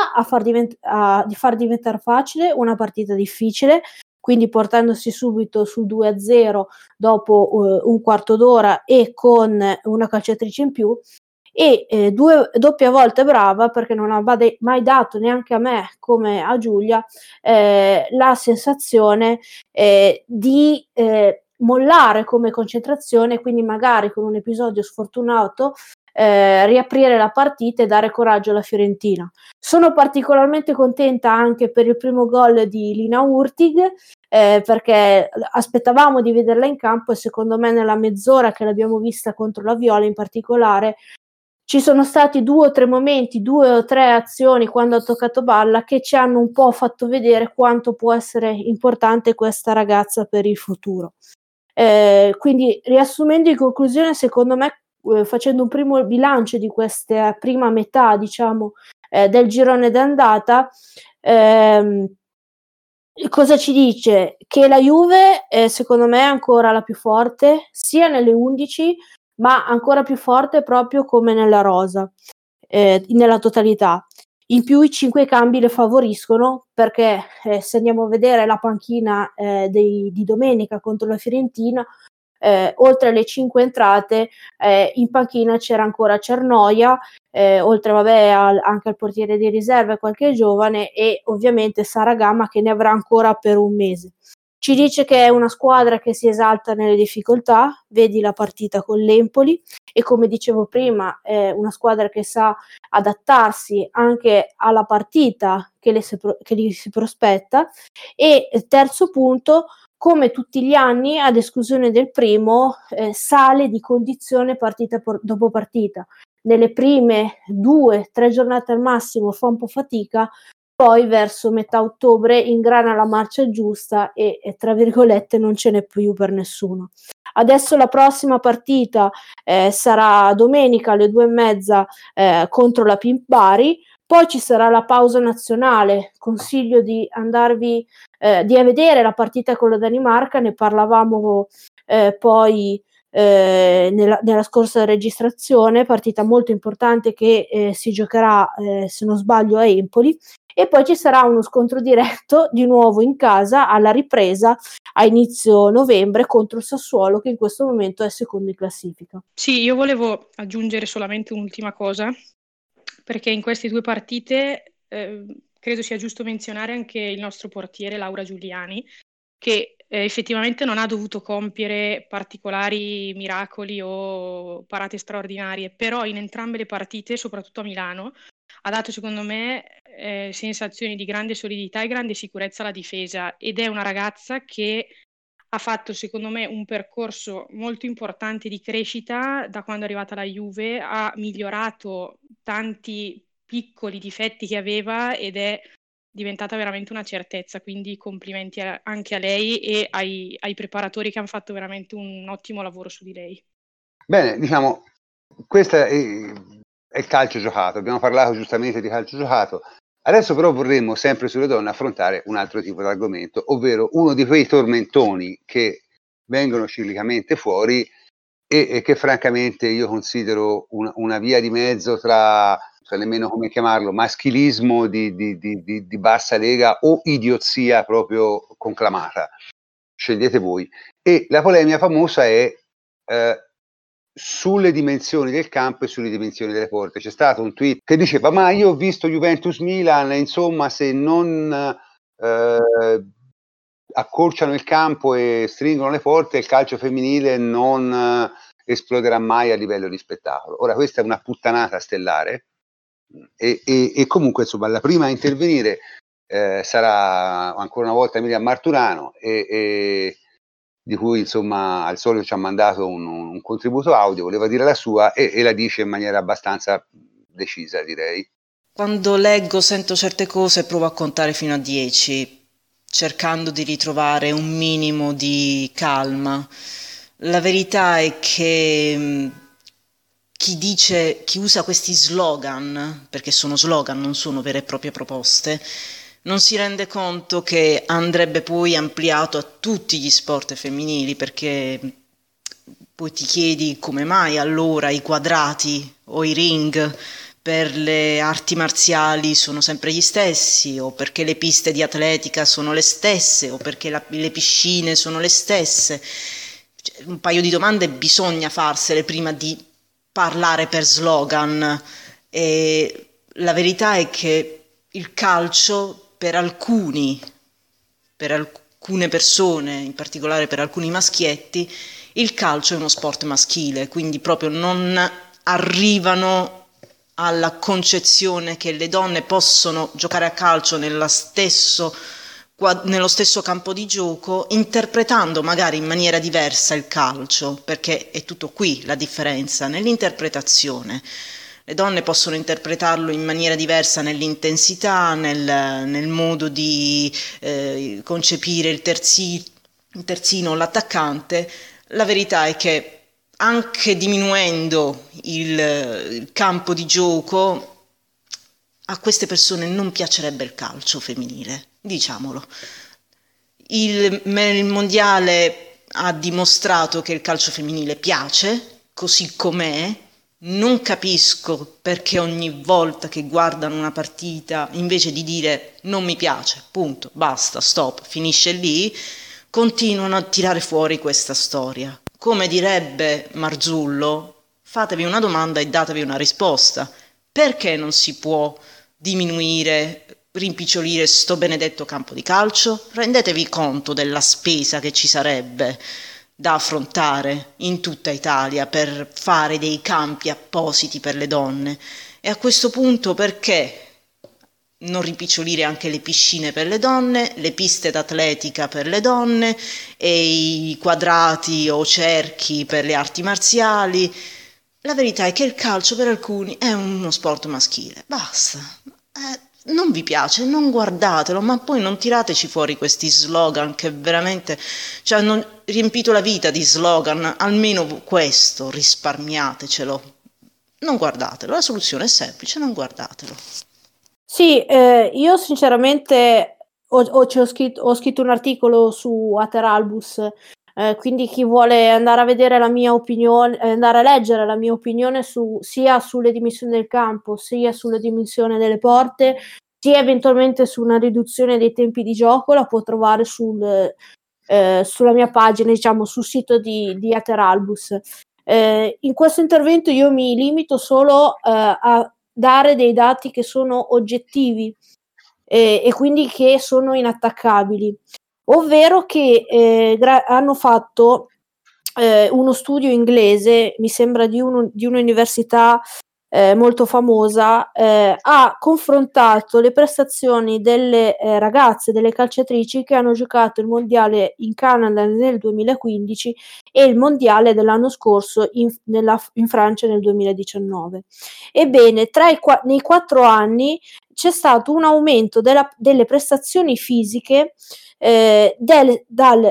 di far diventare facile una partita difficile, quindi portandosi subito sul 2-0 dopo un quarto d'ora e con una calciatrice in più, e doppia volta brava perché non ha mai dato neanche a me come a Giulia la sensazione di mollare come concentrazione, quindi magari con un episodio sfortunato riaprire la partita e dare coraggio alla Fiorentina. Sono particolarmente contenta anche per il primo gol di Lina Hurtig, perché aspettavamo di vederla in campo e secondo me nella mezz'ora che l'abbiamo vista contro la Viola in particolare ci sono stati 2 o 3 momenti, 2 o 3 azioni quando ha toccato palla che ci hanno un po' fatto vedere quanto può essere importante questa ragazza per il futuro. Quindi riassumendo in conclusione, secondo me, facendo un primo bilancio di questa prima metà, diciamo, del girone d'andata, cosa ci dice? Che la Juve secondo me è ancora la più forte sia nelle 11, ma ancora più forte proprio come nella rosa, nella totalità. In più i 5 cambi le favoriscono, perché se andiamo a vedere la panchina di domenica contro la Fiorentina, oltre alle 5 entrate in panchina c'era ancora Cernoia, oltre anche al portiere di riserva e qualche giovane, e ovviamente Sara Gama, che ne avrà ancora per un mese. Ci dice che è una squadra che si esalta nelle difficoltà, vedi la partita con l'Empoli, e come dicevo prima è una squadra che sa adattarsi anche alla partita che gli si prospetta. E terzo punto, come tutti gli anni, ad esclusione del primo, sale di condizione partita dopo partita. Nelle prime 2-3 giornate al massimo fa un po' fatica, poi verso metà ottobre ingrana la marcia giusta e tra virgolette non ce n'è più per nessuno. Adesso la prossima partita sarà domenica alle 2:30 contro la Pimp Bari. Poi ci sarà la pausa nazionale, consiglio di andarvi di vedere la partita con la Danimarca, ne parlavamo poi nella scorsa registrazione, partita molto importante che si giocherà se non sbaglio a Empoli, e poi ci sarà uno scontro diretto di nuovo in casa alla ripresa a inizio novembre contro il Sassuolo, che in questo momento è secondo in classifica. Sì, io volevo aggiungere solamente un'ultima cosa, perché in queste due partite credo sia giusto menzionare anche il nostro portiere Laura Giuliani, che effettivamente non ha dovuto compiere particolari miracoli o parate straordinarie, però in entrambe le partite, soprattutto a Milano, ha dato secondo me sensazioni di grande solidità e grande sicurezza alla difesa, ed è una ragazza che ha fatto secondo me un percorso molto importante di crescita da quando è arrivata alla Juve, ha migliorato tanti piccoli difetti che aveva ed è diventata veramente una certezza, quindi complimenti anche a lei e ai preparatori che hanno fatto veramente un ottimo lavoro su di lei. Bene, diciamo, questo è il calcio giocato, abbiamo parlato giustamente di calcio giocato, adesso però vorremmo sempre sulle donne affrontare un altro tipo di argomento, ovvero uno di quei tormentoni che vengono ciclicamente fuori e che francamente io considero una via di mezzo tra, cioè nemmeno come chiamarlo, maschilismo di bassa lega o idiozia proprio conclamata. Scegliete voi. E la polemica famosa è sulle dimensioni del campo e sulle dimensioni delle porte. C'è stato un tweet che diceva: ma io ho visto Juventus-Milan, insomma, se non accorciano il campo e stringono le porte, il calcio femminile non esploderà mai a livello di spettacolo. Ora, questa è una puttanata stellare e comunque, insomma, la prima a intervenire sarà ancora una volta Miriam Marturano di cui, insomma, al solito ci ha mandato un contributo audio, voleva dire la sua e la dice in maniera abbastanza decisa, direi. Quando leggo, sento certe cose, provo a contare fino a 10, cercando di ritrovare un minimo di calma. La verità è che chi usa questi slogan, perché sono slogan, non sono vere e proprie proposte, non si rende conto che andrebbe poi ampliato a tutti gli sport femminili, perché poi ti chiedi come mai allora i quadrati o i ring per le arti marziali sono sempre gli stessi, o perché le piste di atletica sono le stesse, o perché le piscine sono le stesse. Cioè, un paio di domande bisogna farsele prima di parlare per slogan. E la verità è che il calcio per alcune persone, in particolare per alcuni maschietti, il calcio è uno sport maschile, quindi proprio non arrivano alla concezione che le donne possono giocare a calcio nello stesso campo di gioco, interpretando magari in maniera diversa il calcio, perché è tutto qui la differenza, nell'interpretazione. Le donne possono interpretarlo in maniera diversa nell'intensità, nel modo di concepire il terzino o l'attaccante. La verità è che anche diminuendo il campo di gioco, a queste persone non piacerebbe il calcio femminile, diciamolo. Il mondiale ha dimostrato che il calcio femminile piace, così com'è. Non capisco perché ogni volta che guardano una partita, invece di dire non mi piace, punto, basta, stop, finisce lì, continuano a tirare fuori questa storia. Come direbbe Marzullo, fatevi una domanda e datevi una risposta. Perché non si può diminuire, rimpicciolire sto benedetto campo di calcio? Rendetevi conto della spesa che ci sarebbe da affrontare in tutta Italia per fare dei campi appositi per le donne. E a questo punto perché non rimpicciolire anche le piscine per le donne, le piste d'atletica per le donne e i quadrati o cerchi per le arti marziali? La verità è che il calcio per alcuni è uno sport maschile, basta. Non vi piace, non guardatelo, ma poi non tirateci fuori questi slogan che veramente ci hanno riempito la vita di slogan. Almeno questo risparmiatecelo, non guardatelo, la soluzione è semplice, non guardatelo. Sì, io sinceramente ho scritto un articolo su Ateralbus, quindi chi vuole andare a vedere la mia opinione, andare a leggere la mia opinione sia sulle dimensioni del campo, sia sulle dimensioni delle porte, sia eventualmente su una riduzione dei tempi di gioco, la può trovare sulla mia pagina, diciamo sul sito di Ateralbus. In questo intervento io mi limito solo a dare dei dati che sono oggettivi e quindi che sono inattaccabili, ovvero che hanno fatto uno studio inglese, mi sembra di un'università molto famosa, ha confrontato le prestazioni delle ragazze, delle calciatrici che hanno giocato il mondiale in Canada nel 2015 e il mondiale dell'anno scorso in Francia nel 2019. Ebbene, nei 4 anni c'è stato un aumento delle prestazioni fisiche dal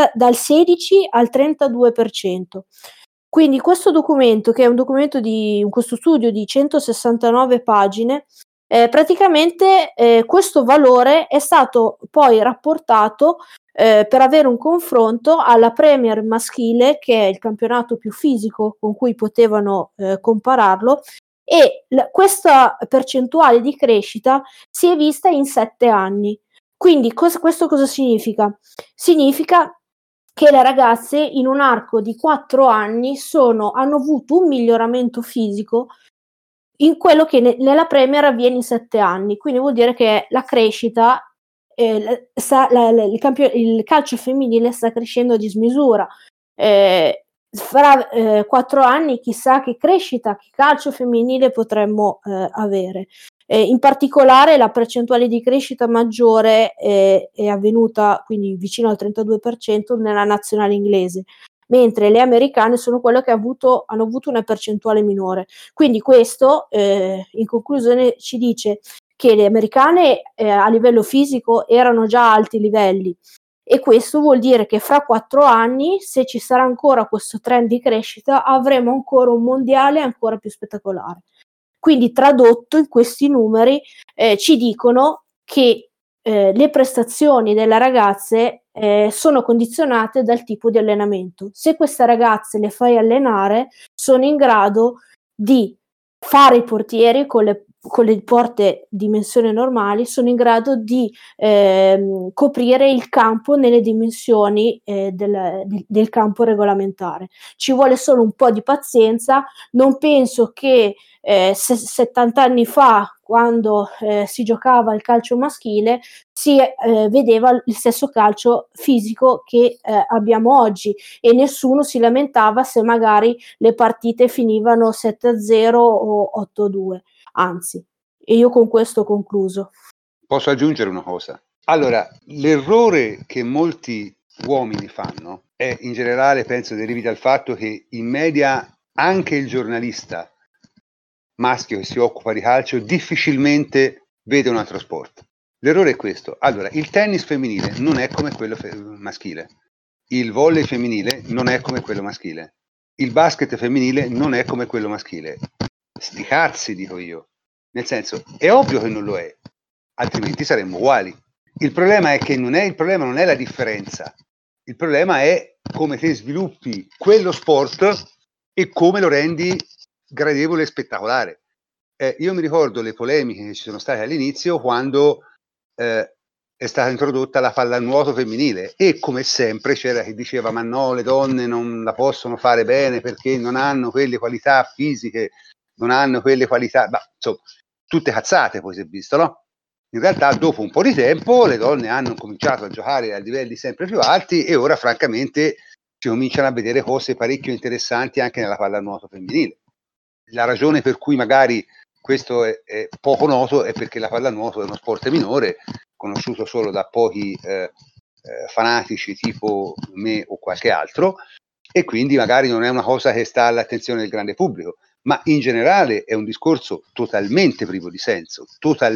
16 al 32%. Quindi questo documento, che è un documento questo studio di 169 pagine, praticamente questo valore è stato poi rapportato per avere un confronto alla Premier maschile, che è il campionato più fisico con cui potevano compararlo, e questa percentuale di crescita si è vista in 7 anni. Quindi questo cosa significa? Significa che le ragazze in un arco di 4 anni hanno avuto un miglioramento fisico in quello che nella Premier avviene in 7 anni. Quindi vuol dire che la crescita, il calcio femminile sta crescendo a dismisura. Fra 4 anni chissà che crescita, che calcio femminile potremmo avere. In particolare la percentuale di crescita maggiore è avvenuta quindi vicino al 32% nella nazionale inglese, mentre le americane sono quelle che hanno avuto una percentuale minore. Quindi questo in conclusione ci dice che le americane a livello fisico erano già a alti livelli, e questo vuol dire che fra 4 anni, se ci sarà ancora questo trend di crescita, avremo ancora un mondiale ancora più spettacolare. Quindi tradotto in questi numeri ci dicono che le prestazioni delle ragazze sono condizionate dal tipo di allenamento. Se queste ragazze le fai allenare, sono in grado di fare i portieri con le porte dimensioni normali, sono in grado di coprire il campo nelle dimensioni del campo regolamentare. Ci vuole solo un po' di pazienza. Non penso che 70 anni fa, quando si giocava il calcio maschile, si vedeva il stesso calcio fisico che abbiamo oggi, e nessuno si lamentava se magari le partite finivano 7-0 o 8-2. Anzi, e io con questo ho concluso. Posso aggiungere una cosa? Allora, l'errore che molti uomini fanno è, in generale, penso derivi dal fatto che in media anche il giornalista maschio che si occupa di calcio difficilmente vede un altro sport. L'errore è questo. Allora, il tennis femminile non è come quello maschile, il volley femminile non è come quello maschile, il basket femminile non è come quello maschile. Sti cazzi, dico io. Nel senso, è ovvio che non lo è, altrimenti saremmo uguali. Il problema è che il problema non è la differenza, il problema è come te sviluppi quello sport e come lo rendi gradevole e spettacolare. Io mi ricordo le polemiche che ci sono state all'inizio quando è stata introdotta la pallanuoto femminile, e come sempre c'era chi diceva ma no, le donne non la possono fare bene perché non hanno quelle qualità fisiche, non hanno quelle qualità, ma insomma, tutte cazzate. Poi si è visto, no? In realtà dopo un po' di tempo le donne hanno cominciato a giocare a livelli sempre più alti, e ora francamente si cominciano a vedere cose parecchio interessanti anche nella pallanuoto femminile. La ragione per cui magari questo è poco noto è perché la pallanuoto è uno sport minore, conosciuto solo da pochi fanatici tipo me o qualche altro, e quindi magari non è una cosa che sta all'attenzione del grande pubblico, ma in generale è un discorso totalmente privo di senso,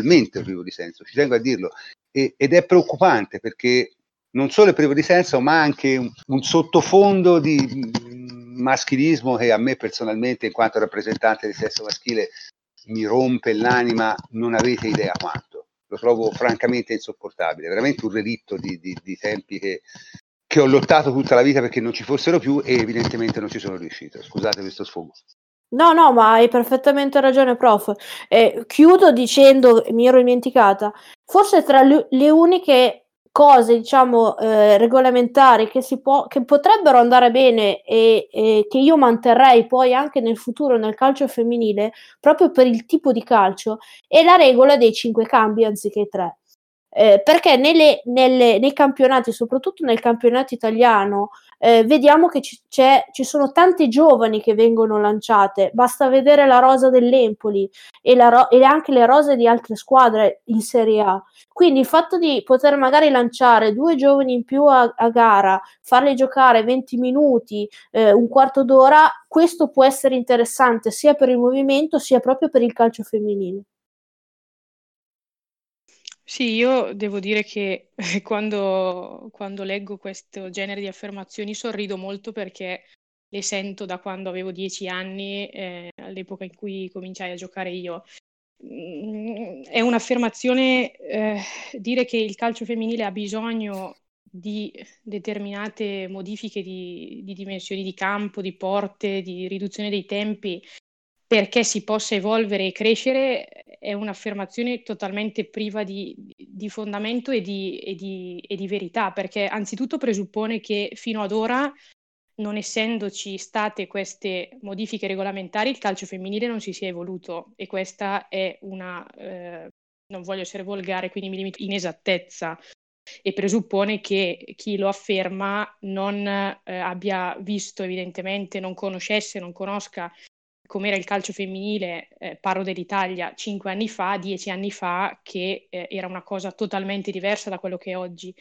ci tengo a dirlo, ed è preoccupante perché non solo è privo di senso, ma anche un sottofondo di maschilismo che a me personalmente, in quanto rappresentante del sesso maschile, mi rompe l'anima, non avete idea quanto. Lo trovo francamente insopportabile, veramente un relitto di tempi che ho lottato tutta la vita perché non ci fossero più, e evidentemente non ci sono riuscito. Scusate questo sfogo. No, ma hai perfettamente ragione, prof. Chiudo dicendo, mi ero dimenticata, forse tra le uniche cose, diciamo, regolamentari che potrebbero andare bene e che io manterrei poi anche nel futuro nel calcio femminile, proprio per il tipo di calcio, è la regola dei 5 cambi anziché 3. Perché nei campionati, soprattutto nel campionato italiano, vediamo che ci sono tante giovani che vengono lanciate, basta vedere la rosa dell'Empoli e anche le rose di altre squadre in Serie A. Quindi il fatto di poter magari lanciare 2 giovani in più a gara, farle giocare 20 minuti, un quarto d'ora, questo può essere interessante sia per il movimento sia proprio per il calcio femminile. Sì, io devo dire che quando leggo questo genere di affermazioni sorrido molto perché le sento da quando avevo 10 anni, all'epoca in cui cominciai a giocare io. È un'affermazione, dire che il calcio femminile ha bisogno di determinate modifiche di dimensioni di campo, di porte, di riduzione dei tempi perché si possa evolvere e crescere è un'affermazione totalmente priva di fondamento e di verità, perché anzitutto presuppone che fino ad ora, non essendoci state queste modifiche regolamentari, il calcio femminile non si sia evoluto e questa è una, non voglio essere volgare, quindi mi limito, inesattezza e presuppone che chi lo afferma non abbia visto evidentemente, non conosca com'era il calcio femminile, parlo dell'Italia 5 anni fa, 10 anni fa, che era una cosa totalmente diversa da quello che è oggi.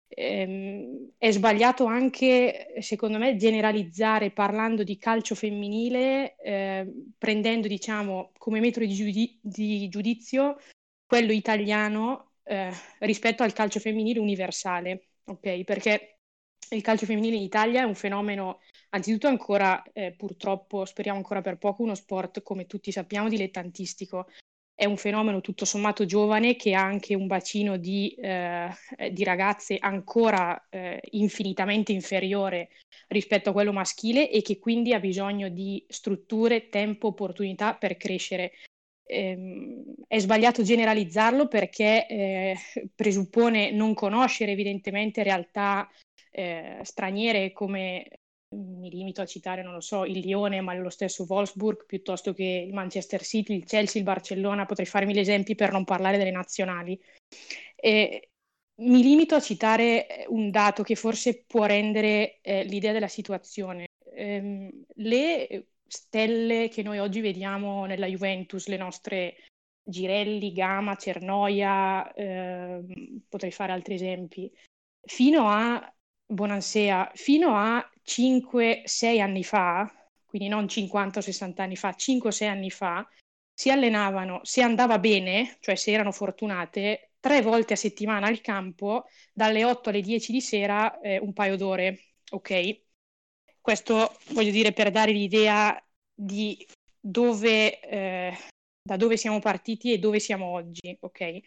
È sbagliato anche, secondo me, generalizzare parlando di calcio femminile, prendendo, diciamo, come metro di giudizio quello italiano rispetto al calcio femminile universale, ok? Perché il calcio femminile in Italia è un fenomeno, anzitutto ancora, purtroppo, speriamo ancora per poco, uno sport, come tutti sappiamo, dilettantistico. È un fenomeno tutto sommato giovane che ha anche un bacino di ragazze ancora infinitamente inferiore rispetto a quello maschile e che quindi ha bisogno di strutture, tempo, opportunità per crescere. È sbagliato generalizzarlo perché presuppone non conoscere evidentemente realtà straniere come mi limito a citare, non lo so, il Lione, ma lo stesso Wolfsburg, piuttosto che il Manchester City, il Chelsea, il Barcellona, potrei farmi gli esempi per non parlare delle nazionali. Mi limito a citare un dato che forse può rendere l'idea della situazione. Le stelle che noi oggi vediamo nella Juventus, le nostre Girelli, Gama, Cernoia, potrei fare altri esempi, fino a Bonansea, fino a 5-6 anni fa, quindi non 50 o 60 anni fa, 5-6 anni fa, si allenavano, se andava bene, cioè se erano fortunate, 3 volte a settimana al campo, dalle 8 alle 10 di sera, un paio d'ore, ok? Questo voglio dire per dare l'idea di dove, da dove siamo partiti e dove siamo oggi, ok?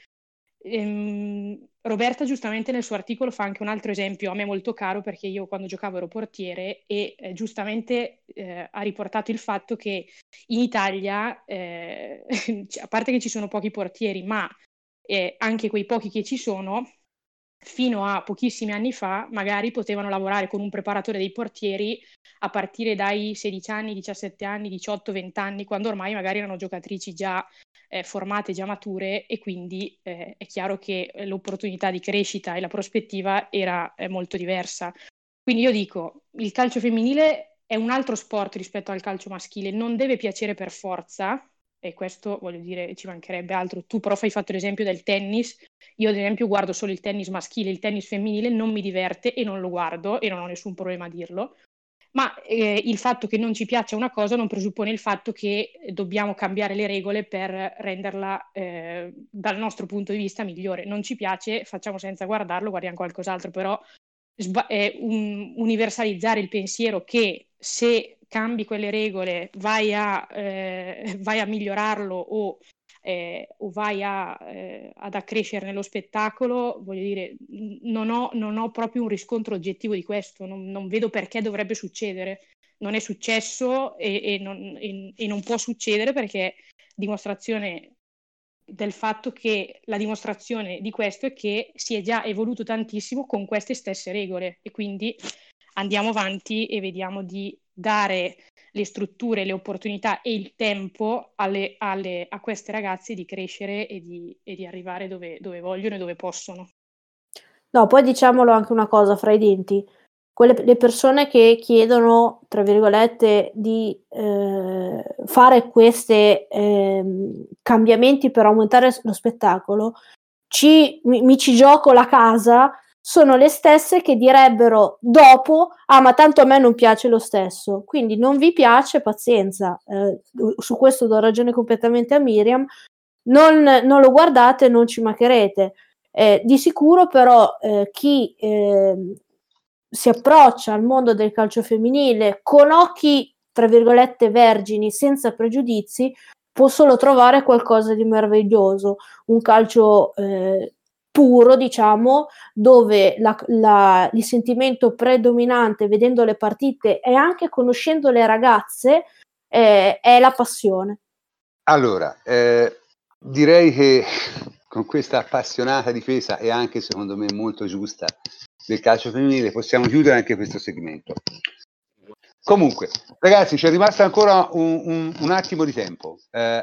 Roberta giustamente nel suo articolo fa anche un altro esempio a me molto caro perché io quando giocavo ero portiere e giustamente ha riportato il fatto che in Italia, a parte che ci sono pochi portieri, ma anche quei pochi che ci sono, fino a pochissimi anni fa magari potevano lavorare con un preparatore dei portieri a partire dai 16 anni, 17 anni, 18, 20 anni, quando ormai magari erano giocatrici già formate, già mature e quindi è chiaro che l'opportunità di crescita e la prospettiva era molto diversa. Quindi io dico, il calcio femminile è un altro sport rispetto al calcio maschile, non deve piacere per forza, e questo voglio dire ci mancherebbe altro. Tu prof hai fatto l'esempio del tennis, io ad esempio guardo solo il tennis maschile, il tennis femminile non mi diverte e non lo guardo e non ho nessun problema a dirlo, ma il fatto che non ci piaccia una cosa non presuppone il fatto che dobbiamo cambiare le regole per renderla dal nostro punto di vista migliore. Non ci piace, facciamo senza guardarlo, guardiamo qualcos'altro, però universalizzare il pensiero che se cambi quelle regole vai a migliorarlo o vai ad accrescere nello spettacolo, voglio dire, non ho proprio un riscontro oggettivo di questo, non vedo perché dovrebbe succedere. Non è successo e non può succedere perché dimostrazione del fatto che la dimostrazione di questo è che si è già evoluto tantissimo con queste stesse regole, e quindi andiamo avanti e vediamo di dare le strutture, le opportunità e il tempo a queste ragazze di crescere e di arrivare dove vogliono e dove possono. No, poi diciamolo anche una cosa fra i denti. Le persone che chiedono, tra virgolette, di fare questi cambiamenti per aumentare lo spettacolo, mi ci gioco la casa, sono le stesse che direbbero dopo: ah, ma tanto a me non piace lo stesso. Quindi non vi piace, pazienza. Su questo do ragione completamente a Miriam. Non lo guardate, non ci mancherete. Di sicuro però chi si approccia al mondo del calcio femminile con occhi, tra virgolette, vergini, senza pregiudizi, può solo trovare qualcosa di meraviglioso, un calcio puro, diciamo, dove il sentimento predominante vedendo le partite e anche conoscendo le ragazze è la passione. Allora, direi che con questa appassionata difesa e anche secondo me molto giusta del calcio femminile possiamo chiudere anche questo segmento. Comunque, ragazzi, c'è rimasto ancora un attimo di tempo.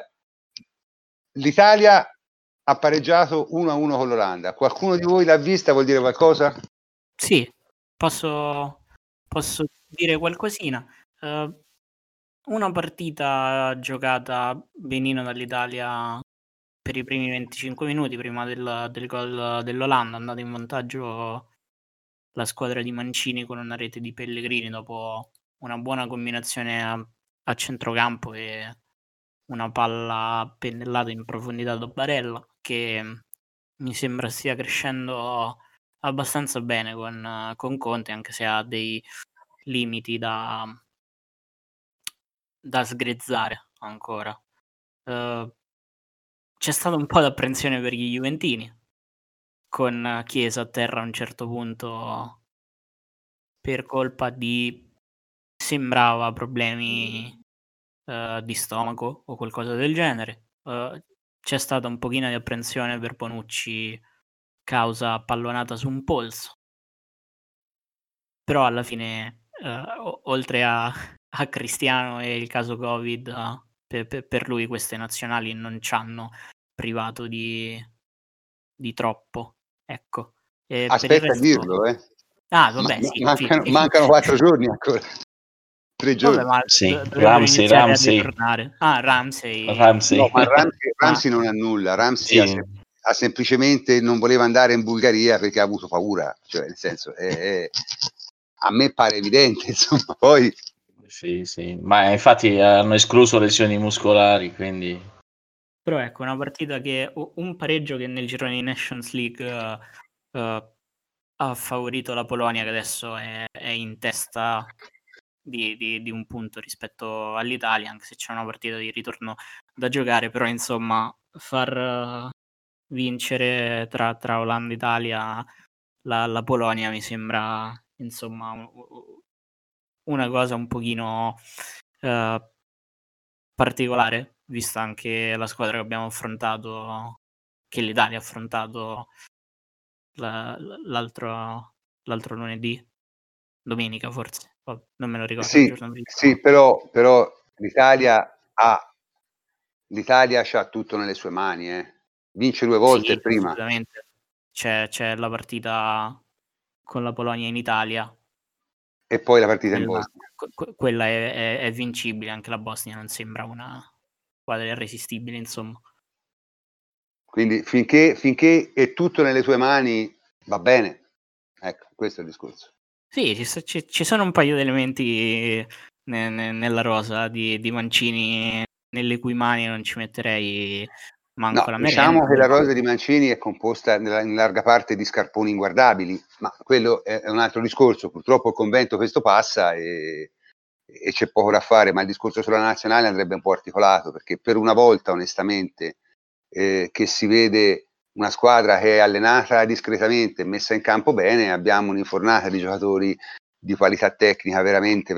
L'Italia ha pareggiato 1-1 con l'Olanda. Qualcuno di voi l'ha vista? Vuol dire qualcosa? Sì, posso dire qualcosina. Una partita giocata benino dall'Italia per i primi 25 minuti prima del gol dell'Olanda, è andata in vantaggio la squadra di Mancini con una rete di Pellegrini dopo una buona combinazione a centrocampo e una palla pennellata in profondità da Barella, che mi sembra stia crescendo abbastanza bene con Conte, anche se ha dei limiti da sgrezzare ancora. C'è stata un po' d'apprensione per gli juventini, con Chiesa a terra a un certo punto per colpa di, sembrava, problemi di stomaco o qualcosa del genere. C'è stata un pochino di apprensione per Bonucci causa pallonata su un polso. Però alla fine, oltre a Cristiano e il caso Covid, per lui queste nazionali non c'hanno privato di troppo, ecco. E per il Aspetta a resto... dirlo, Ah, vabbè, sì. Mancano 4 giorni ancora. 3 giorni. Vabbè, ma Sì, dovrebbero iniziare Ramsey. a ritornare. Ah, Ramsey. No, ma Ramsey non ha nulla. Ramsey Sì. ha semplicemente non voleva andare in Bulgaria perché ha avuto paura. Cioè, nel senso, a me pare evidente, insomma, poi... Sì, ma infatti hanno escluso lesioni muscolari, quindi... Però ecco, una partita che... un pareggio che nel girone di Nations League ha favorito la Polonia, che adesso è in testa di un punto rispetto all'Italia, anche se c'è una partita di ritorno da giocare, però insomma far vincere tra Olanda e Italia la Polonia mi sembra insomma una cosa un pochino particolare, vista anche la squadra che abbiamo affrontato, che l'Italia ha affrontato l'altro lunedì, domenica forse, non me lo ricordo. Sì, però l'Italia c'ha tutto nelle sue mani, vince 2 volte sì, prima. Assolutamente. C'è la partita con la Polonia in Italia. E poi la partita in Bosnia. Quella è vincibile, anche la Bosnia non sembra una squadra irresistibile, insomma. Quindi finché è tutto nelle tue mani va bene. Ecco, questo è il discorso. Sì, ci sono un paio di elementi nella rosa di Mancini, nelle cui mani non ci metterei manco la merenda. Diciamo che la rosa di Mancini è composta in larga parte di scarponi inguardabili, ma quello è un altro discorso. Purtroppo il convento questo passa e c'è poco da fare, ma il discorso sulla nazionale andrebbe un po' articolato, perché per una volta, onestamente, che si vede una squadra che è allenata discretamente, messa in campo bene, abbiamo un'infornata di giocatori di qualità tecnica veramente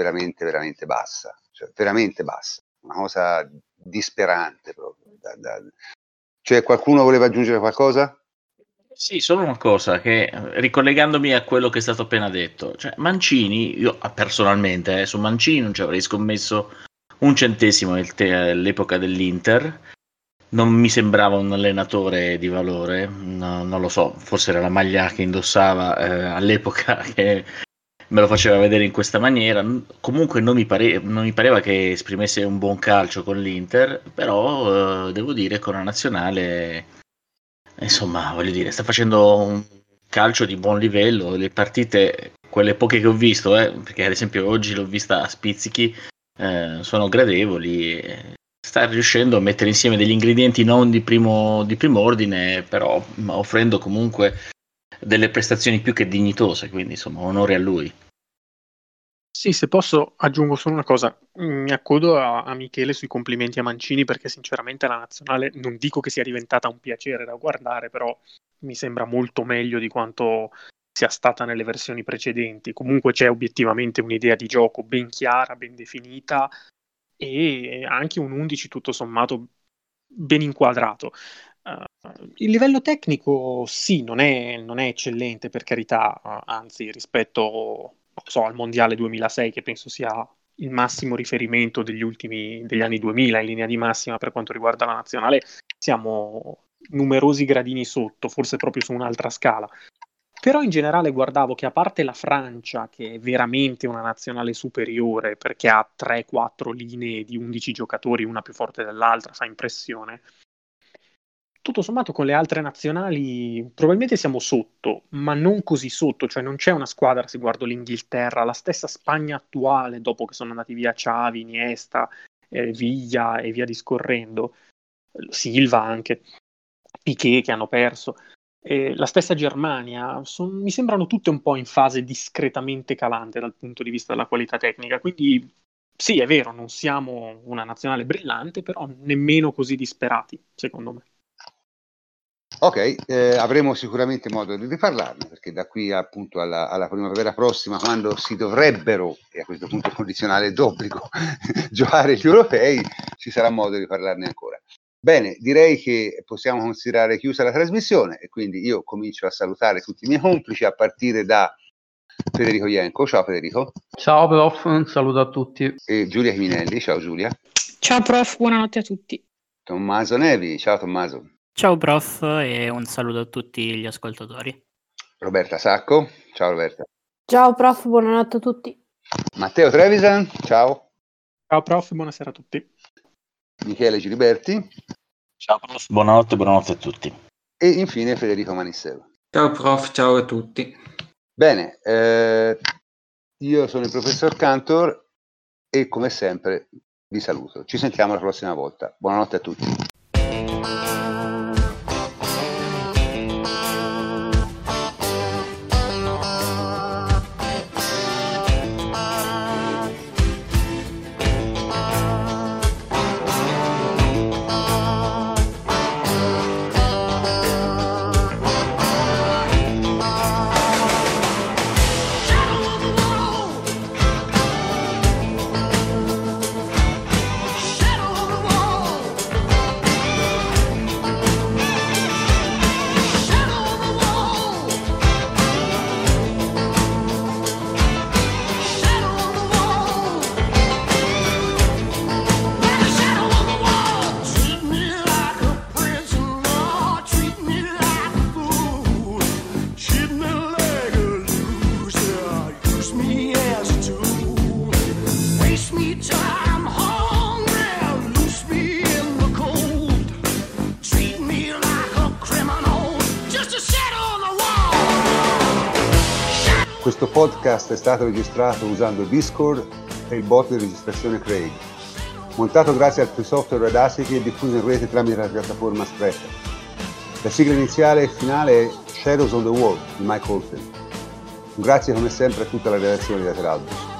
bassa, cioè veramente bassa, una cosa disperante proprio. Cioè, qualcuno voleva aggiungere qualcosa? Sì, solo una cosa, che ricollegandomi a quello che è stato appena detto, cioè Mancini, io personalmente su Mancini non ci avrei scommesso un centesimo all'epoca dell'Inter, non mi sembrava un allenatore di valore, non lo so, forse era la maglia che indossava all'epoca che me lo faceva vedere in questa maniera. Comunque non mi pareva che esprimesse un buon calcio con l'Inter, però devo dire con la nazionale, insomma, voglio dire, sta facendo un calcio di buon livello. Le partite, quelle poche che ho visto, perché ad esempio oggi l'ho vista a spizzichi, sono gradevoli. Sta riuscendo a mettere insieme degli ingredienti non di primo ordine, però offrendo comunque delle prestazioni più che dignitose, quindi insomma onore a lui. Sì, se posso aggiungo solo una cosa, mi accodo a Michele sui complimenti a Mancini, perché sinceramente la nazionale non dico che sia diventata un piacere da guardare, però mi sembra molto meglio di quanto sia stata nelle versioni precedenti. Comunque c'è obiettivamente un'idea di gioco ben chiara, ben definita e anche un 11 tutto sommato ben inquadrato. Il livello tecnico sì, non è eccellente, per carità, anzi rispetto al mondiale 2006, che penso sia il massimo riferimento degli anni 2000 in linea di massima per quanto riguarda la nazionale, siamo numerosi gradini sotto, forse proprio su un'altra scala. Però in generale guardavo che, a parte la Francia, che è veramente una nazionale superiore perché ha 3-4 linee di 11 giocatori, una più forte dell'altra, fa impressione, tutto sommato con le altre nazionali probabilmente siamo sotto, ma non così sotto, cioè non c'è una squadra, se guardo l'Inghilterra, la stessa Spagna attuale, dopo che sono andati via Xavi, Iniesta, Villa e via discorrendo, Silva anche, Piqué che hanno perso, la stessa Germania, mi sembrano tutte un po' in fase discretamente calante dal punto di vista della qualità tecnica, quindi sì, è vero, non siamo una nazionale brillante, però nemmeno così disperati, secondo me. Ok, avremo sicuramente modo di riparlarne, perché da qui appunto alla primavera prossima, quando si dovrebbero, e a questo punto è condizionale d'obbligo, giocare gli europei, ci sarà modo di parlarne ancora. Bene, direi che possiamo considerare chiusa la trasmissione e quindi io comincio a salutare tutti i miei complici, a partire da Federico Ienco. Ciao Federico. Ciao prof, un saluto a tutti. E Giulia Chiminelli. Ciao Giulia. Ciao prof, buonanotte a tutti. Tommaso Nevi. Ciao Tommaso. Ciao prof e un saluto a tutti gli ascoltatori. Roberta Sacco. Ciao Roberta. Ciao prof, buonanotte a tutti. Matteo Trevisan. Ciao. Ciao prof, buonasera a tutti. Michele Giliberti. Ciao prof, buonanotte a tutti. E infine Federico Manissero. Ciao prof, ciao a tutti. Bene, io sono il professor Cantor e come sempre vi saluto. Ci sentiamo la prossima volta. Buonanotte a tutti. Questo podcast è stato registrato usando Discord e il bot di registrazione Craig, montato grazie al free software Audacity e diffuso in rete tramite la piattaforma Spreaker. La sigla iniziale e finale è Shadows on the Wall di Mike Oldfield. Un grazie come sempre a tutta la redazione di Lateralbus.